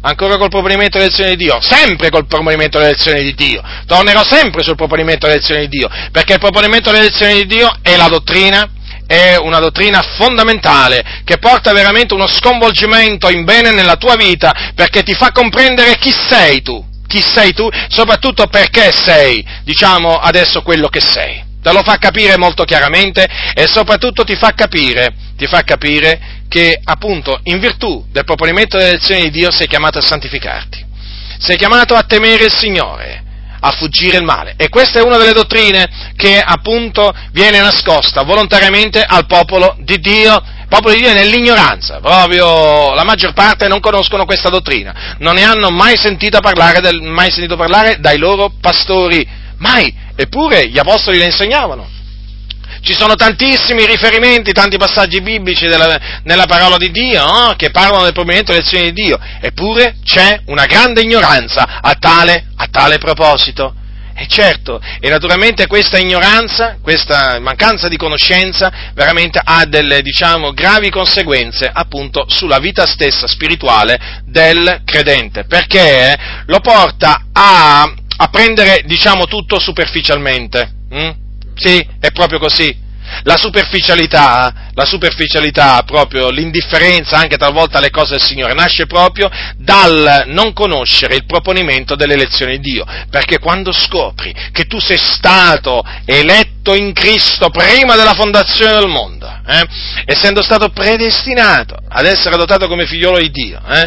Ancora col proponimento dell'elezione di Dio? Sempre col proponimento dell'elezione di Dio. Tornerò sempre sul proponimento dell'elezione di Dio, perché il proponimento dell'elezione di Dio è la dottrina, è una dottrina fondamentale, che porta veramente uno sconvolgimento in bene nella tua vita, perché ti fa comprendere chi sei tu, chi sei tu, soprattutto perché sei, diciamo, adesso quello che sei. Te lo fa capire molto chiaramente e soprattutto ti fa capire, ti fa capire che appunto in virtù del proponimento dell'elezione di Dio sei chiamato a santificarti, sei chiamato a temere il Signore, a fuggire il male. E questa è una delle dottrine che appunto viene nascosta volontariamente al popolo di Dio. Il popolo di Dio è nell'ignoranza, proprio la maggior parte non conoscono questa dottrina, non ne hanno mai sentito parlare, del, mai sentito parlare dai loro pastori, mai, eppure gli apostoli le insegnavano. Ci sono tantissimi riferimenti, tanti passaggi biblici della, nella parola di Dio, no? Che parlano del proponimento dell'elezione di Dio, eppure c'è una grande ignoranza a tale, a tale proposito. E certo, e naturalmente questa ignoranza, questa mancanza di conoscenza, veramente ha delle, diciamo, gravi conseguenze appunto sulla vita stessa spirituale del credente, perché lo porta a, a prendere, diciamo, tutto superficialmente. Hm? Sì, è proprio così. La superficialità, la superficialità, proprio l'indifferenza anche talvolta alle cose del Signore, nasce proprio dal non conoscere il proponimento dell'elezione di Dio, perché quando scopri che tu sei stato eletto in Cristo prima della fondazione del mondo, eh, essendo stato predestinato ad essere adottato come figliolo di Dio, eh,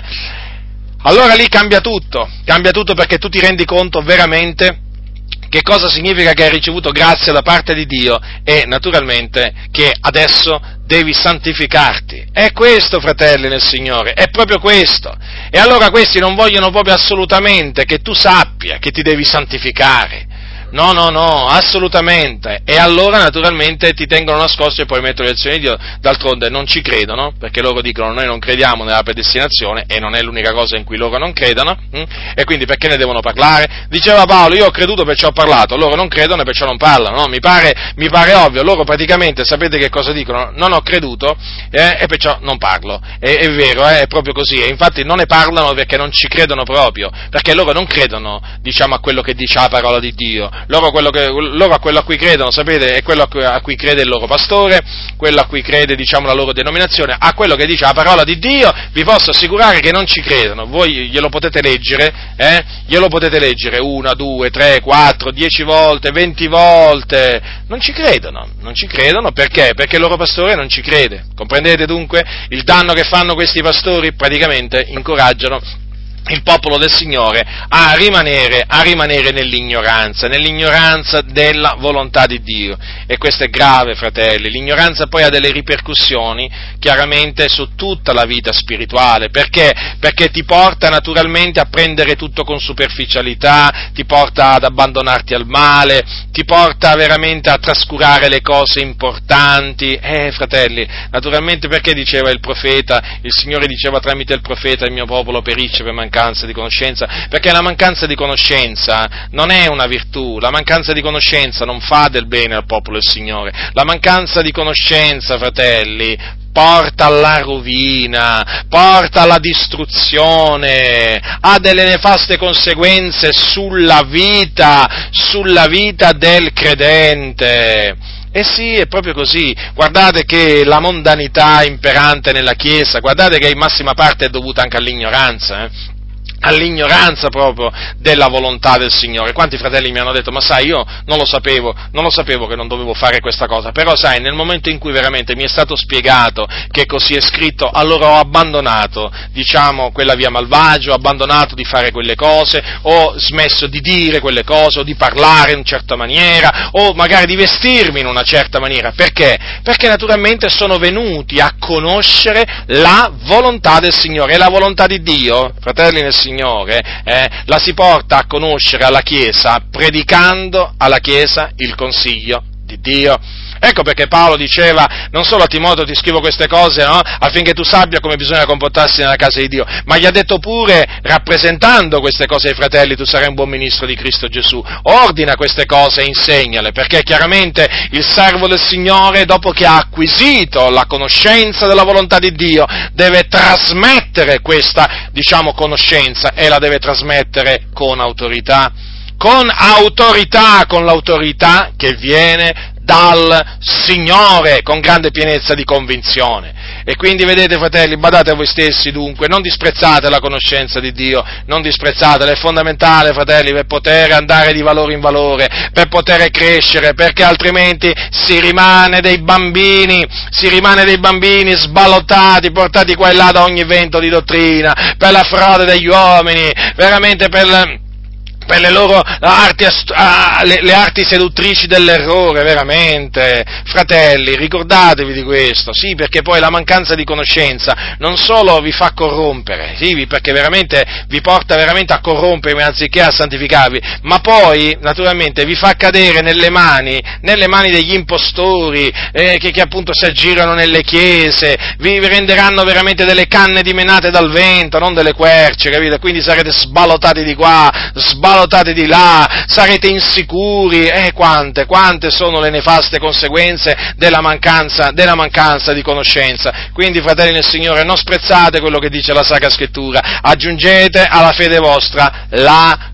allora lì cambia tutto, cambia tutto perché tu ti rendi conto veramente che cosa significa che hai ricevuto grazia da parte di Dio e naturalmente che adesso devi santificarti. È questo, fratelli nel Signore, è proprio questo. E allora questi non vogliono proprio assolutamente che tu sappia che ti devi santificare. No, no, no, assolutamente. E allora naturalmente ti tengono nascosto e poi mettono l'elezione di Dio, d'altronde non ci credono, perché loro dicono noi non crediamo nella predestinazione, e non è l'unica cosa in cui loro non credono, hm? E quindi perché ne devono parlare? Diceva Paolo, io ho creduto perciò ho parlato, loro non credono e perciò non parlano, no? Mi pare, mi pare ovvio, loro praticamente sapete che cosa dicono? Non ho creduto eh, e perciò non parlo. È, è vero, eh, è proprio così, e infatti non ne parlano perché non ci credono proprio, perché loro non credono, diciamo, a quello che dice la parola di Dio. Loro, quello che, loro a quello a cui credono, sapete, è quello a cui, a cui crede il loro pastore, quello a cui crede, diciamo, la loro denominazione, a quello che dice la parola di Dio, vi posso assicurare che non ci credono. Voi glielo potete leggere, eh? Glielo potete leggere una, due, tre, quattro, dieci volte, venti volte, non ci credono, non ci credono perché? Perché il loro pastore non ci crede. Comprendete dunque? Il danno che fanno questi pastori? Praticamente incoraggiano il popolo del Signore a rimanere, a rimanere nell'ignoranza, nell'ignoranza della volontà di Dio. E questo è grave, fratelli. L'ignoranza poi ha delle ripercussioni chiaramente su tutta la vita spirituale. Perché? Perché ti porta naturalmente a prendere tutto con superficialità, ti porta ad abbandonarti al male, ti porta veramente a trascurare le cose importanti. Eh, fratelli, naturalmente perché diceva il profeta, il Signore diceva tramite il profeta, il mio popolo perisce per mancanza mancanza di conoscenza, perché la mancanza di conoscenza non è una virtù, la mancanza di conoscenza non fa del bene al popolo del Signore, la mancanza di conoscenza, fratelli, porta alla rovina, porta alla distruzione, ha delle nefaste conseguenze sulla vita, sulla vita del credente. Eh sì, è proprio così. Guardate che la mondanità imperante nella Chiesa, guardate che in massima parte è dovuta anche all'ignoranza, eh? all'ignoranza proprio della volontà del Signore. Quanti fratelli mi hanno detto, ma sai, io non lo sapevo, non lo sapevo che non dovevo fare questa cosa, però sai, nel momento in cui veramente mi è stato spiegato che così è scritto, allora ho abbandonato, diciamo, quella via malvagia, ho abbandonato di fare quelle cose, ho smesso di dire quelle cose, o di parlare in una certa maniera, o magari di vestirmi in una certa maniera. Perché? Perché naturalmente sono venuti a conoscere la volontà del Signore, e la volontà di Dio, fratelli nel Signore, Signore, eh, la si porta a conoscere alla Chiesa predicando alla Chiesa il consiglio di Dio. Ecco perché Paolo diceva, non solo a Timoteo ti scrivo queste cose, no? Affinché tu sappia come bisogna comportarsi nella casa di Dio, ma gli ha detto pure, rappresentando queste cose ai fratelli, tu sarai un buon ministro di Cristo Gesù. Ordina queste cose e insegnale, perché chiaramente il servo del Signore, dopo che ha acquisito la conoscenza della volontà di Dio, deve trasmettere questa, diciamo, conoscenza, e la deve trasmettere con autorità, con autorità, con l'autorità che viene dal Signore, con grande pienezza di convinzione. E quindi vedete, fratelli, badate a voi stessi dunque, non disprezzate la conoscenza di Dio, non disprezzatela, è fondamentale, fratelli, per poter andare di valore in valore, per poter crescere, perché altrimenti si rimane dei bambini, si rimane dei bambini sballottati, portati qua e là da ogni vento di dottrina, per la frode degli uomini, veramente per per le loro arti, le, le arti seduttrici dell'errore, veramente. Fratelli, ricordatevi di questo, sì, perché poi la mancanza di conoscenza non solo vi fa corrompere, sì, perché veramente vi porta veramente a corrompervi anziché a santificarvi, ma poi, naturalmente, vi fa cadere nelle mani, nelle mani degli impostori, eh, che, che appunto si aggirano nelle chiese, vi renderanno veramente delle canne dimenate dal vento, non delle querce, capite? Quindi sarete sballottati di qua, sballottati di là, sarete insicuri, e eh, quante, quante sono le nefaste conseguenze della mancanza, della mancanza di conoscenza. Quindi, fratelli nel Signore, non sprezzate quello che dice la Sacra Scrittura, aggiungete alla fede vostra la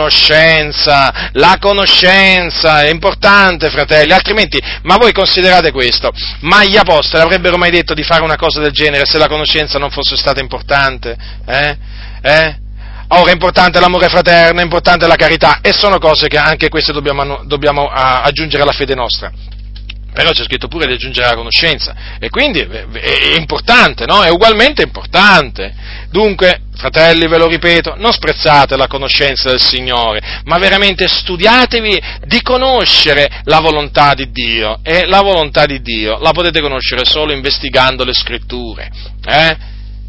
conoscenza, la conoscenza è importante, fratelli, altrimenti, ma voi considerate questo, ma gli apostoli avrebbero mai detto di fare una cosa del genere se la conoscenza non fosse stata importante? Eh? Eh? Ora è importante l'amore fraterno, è importante la carità, e sono cose che anche queste dobbiamo, dobbiamo aggiungere alla fede nostra. Però c'è scritto pure di aggiungere la conoscenza, e quindi è importante, no? È ugualmente importante. Dunque, fratelli, ve lo ripeto, non sprezzate la conoscenza del Signore, ma veramente studiatevi di conoscere la volontà di Dio, e la volontà di Dio la potete conoscere solo investigando le Scritture, eh?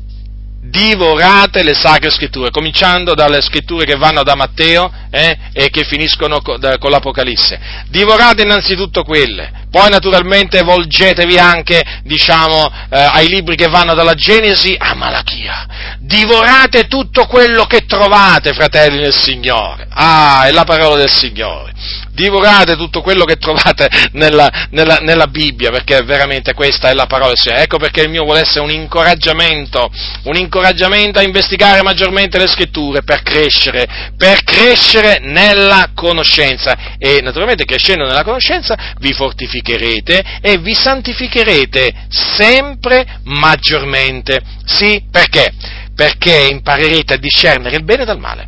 Divorate le Sacre Scritture, cominciando dalle Scritture che vanno da Matteo eh, e che finiscono co- da, con l'Apocalisse. Divorate innanzitutto quelle, poi naturalmente volgetevi anche, diciamo, eh, ai libri che vanno dalla Genesi a Malachia. Divorate tutto quello che trovate, fratelli del Signore. Ah, è la parola del Signore. Divorate tutto quello che trovate nella, nella, nella Bibbia, perché veramente questa è la parola del Signore. Ecco perché il mio vuole essere un incoraggiamento, un incoraggiamento a investigare maggiormente le Scritture per crescere, per crescere nella conoscenza, e naturalmente crescendo nella conoscenza vi fortificherete e vi santificherete sempre maggiormente. Sì, perché? Perché imparerete a discernere il bene dal male.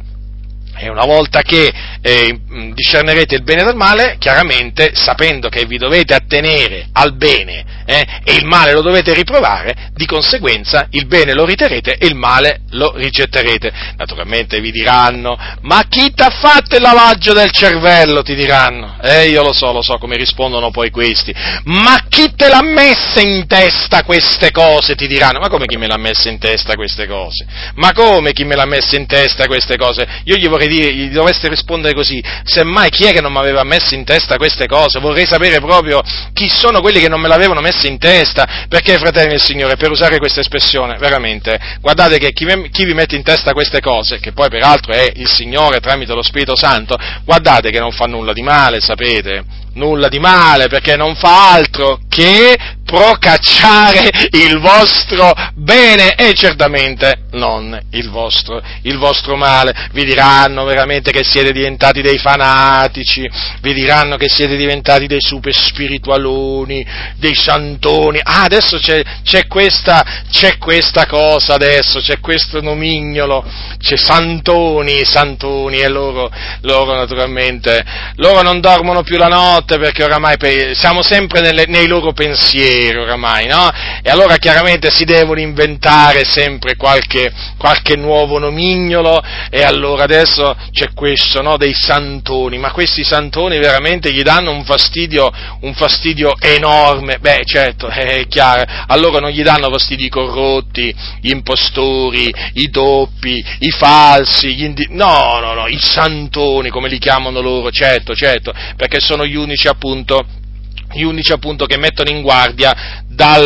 E una volta che eh, discernerete il bene dal male, chiaramente, sapendo che vi dovete attenere al bene eh, e il male lo dovete riprovare, di conseguenza il bene lo riterrete e il male lo rigetterete. Naturalmente vi diranno, ma chi t'ha fatto il lavaggio del cervello, ti diranno. Eh, io lo so, lo so come rispondono poi questi. Ma chi te l'ha messa in testa queste cose, ti diranno. Ma come chi me l'ha messa in testa queste cose? Ma come chi me l'ha messa in testa queste cose? Io gli vorrei dire, gli dovreste rispondere così: semmai chi è che non mi aveva messo in testa queste cose? Vorrei sapere proprio chi sono quelli che non me l'avevano messa in testa, perché, fratelli del Signore, per usare questa espressione, veramente, guardate che chi, chi vi mette in testa queste cose, che poi peraltro è il Signore tramite lo Spirito Santo, guardate che non fa nulla di male, sapete? Nulla di male, perché non fa altro che procacciare il vostro bene e certamente non il vostro, il vostro male. Vi diranno veramente che siete diventati dei fanatici, vi diranno che siete diventati dei super spiritualoni, dei santoni. Ah, adesso c'è, c'è questa, c'è questa cosa adesso, c'è questo nomignolo, c'è santoni, santoni, e loro, loro naturalmente, loro non dormono più la notte, perché oramai siamo sempre nelle, nei loro pensieri oramai, no? E allora chiaramente si devono inventare sempre qualche, qualche nuovo nomignolo, e allora adesso c'è questo, no, dei santoni, ma questi santoni veramente gli danno un fastidio, un fastidio enorme. Beh, certo, è chiaro, allora non gli danno fastidio i corrotti, gli impostori, i doppi, i falsi, gli indi- no, no, no, i santoni, come li chiamano loro, certo, certo, perché sono gli unici appunto gli unici appunto che mettono in guardia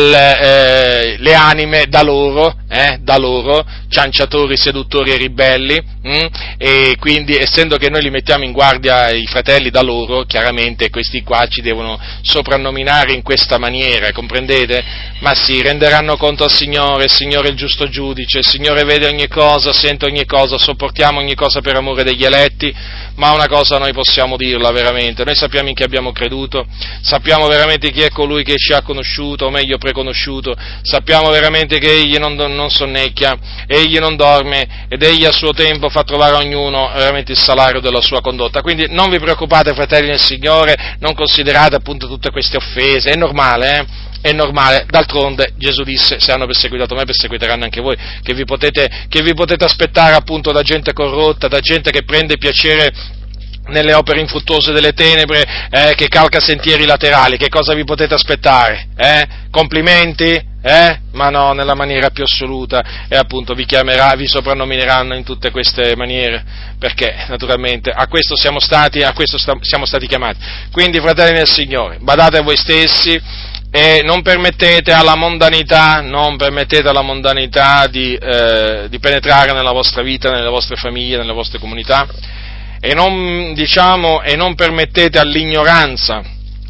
dalle eh, anime da loro, eh, da loro, cianciatori, seduttori e ribelli, mh? E quindi essendo che noi li mettiamo in guardia i fratelli da loro, chiaramente questi qua ci devono soprannominare in questa maniera, comprendete? Ma sì, renderanno conto al Signore, il Signore è il giusto giudice, il Signore vede ogni cosa, sente ogni cosa, sopportiamo ogni cosa per amore degli eletti, ma una cosa noi possiamo dirla veramente, noi sappiamo in chi abbiamo creduto, sappiamo veramente chi è colui che ci ha conosciuto, o meglio preconosciuto, sappiamo veramente che egli non, non sonnecchia, egli non dorme ed egli a suo tempo fa trovare a ognuno veramente il salario della sua condotta. Quindi non vi preoccupate, fratelli nel Signore, non considerate appunto tutte queste offese, è normale, eh? È normale, d'altronde Gesù disse: se hanno perseguitato me, perseguiteranno anche voi, che vi potete, che vi potete aspettare appunto da gente corrotta, da gente che prende piacere nelle opere infruttuose delle tenebre, eh, che calca sentieri laterali. Che cosa vi potete aspettare? Eh? Complimenti? Eh? Ma no, nella maniera più assoluta, e appunto vi chiamerà, vi soprannomineranno in tutte queste maniere, perché naturalmente a questo siamo stati, a questo sta, siamo stati chiamati. Quindi, fratelli del Signore, badate a voi stessi, e non permettete alla mondanità, non permettete alla mondanità di, eh, di penetrare nella vostra vita, nelle vostre famiglie, nelle vostre comunità, e non, diciamo, e non permettete all'ignoranza,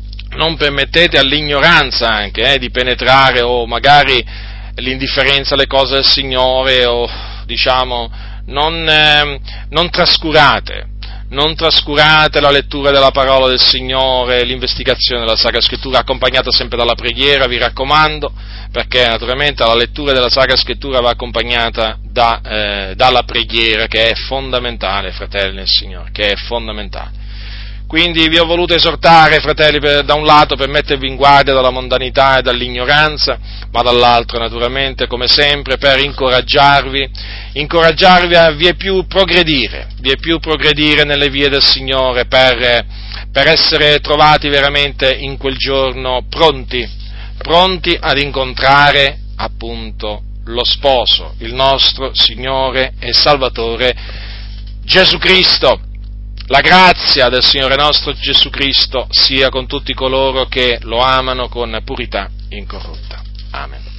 non permettete all'ignoranza anche eh, di penetrare, o magari l'indifferenza alle cose del Signore, o diciamo, non, eh, non trascurate. Non trascurate la lettura della parola del Signore, l'investigazione della Sacra Scrittura, accompagnata sempre dalla preghiera, vi raccomando, perché naturalmente la lettura della Sacra Scrittura va accompagnata da, eh, dalla preghiera, che è fondamentale, fratelli nel Signore, che è fondamentale. Quindi vi ho voluto esortare, fratelli, per, da un lato per mettervi in guardia dalla mondanità e dall'ignoranza, ma dall'altro, naturalmente, come sempre, per incoraggiarvi, incoraggiarvi a vie più progredire, vie più progredire nelle vie del Signore, per, per essere trovati veramente in quel giorno pronti, pronti ad incontrare appunto lo sposo, il nostro Signore e Salvatore Gesù Cristo. La grazia del Signore nostro Gesù Cristo sia con tutti coloro che lo amano con purità incorrotta. Amen.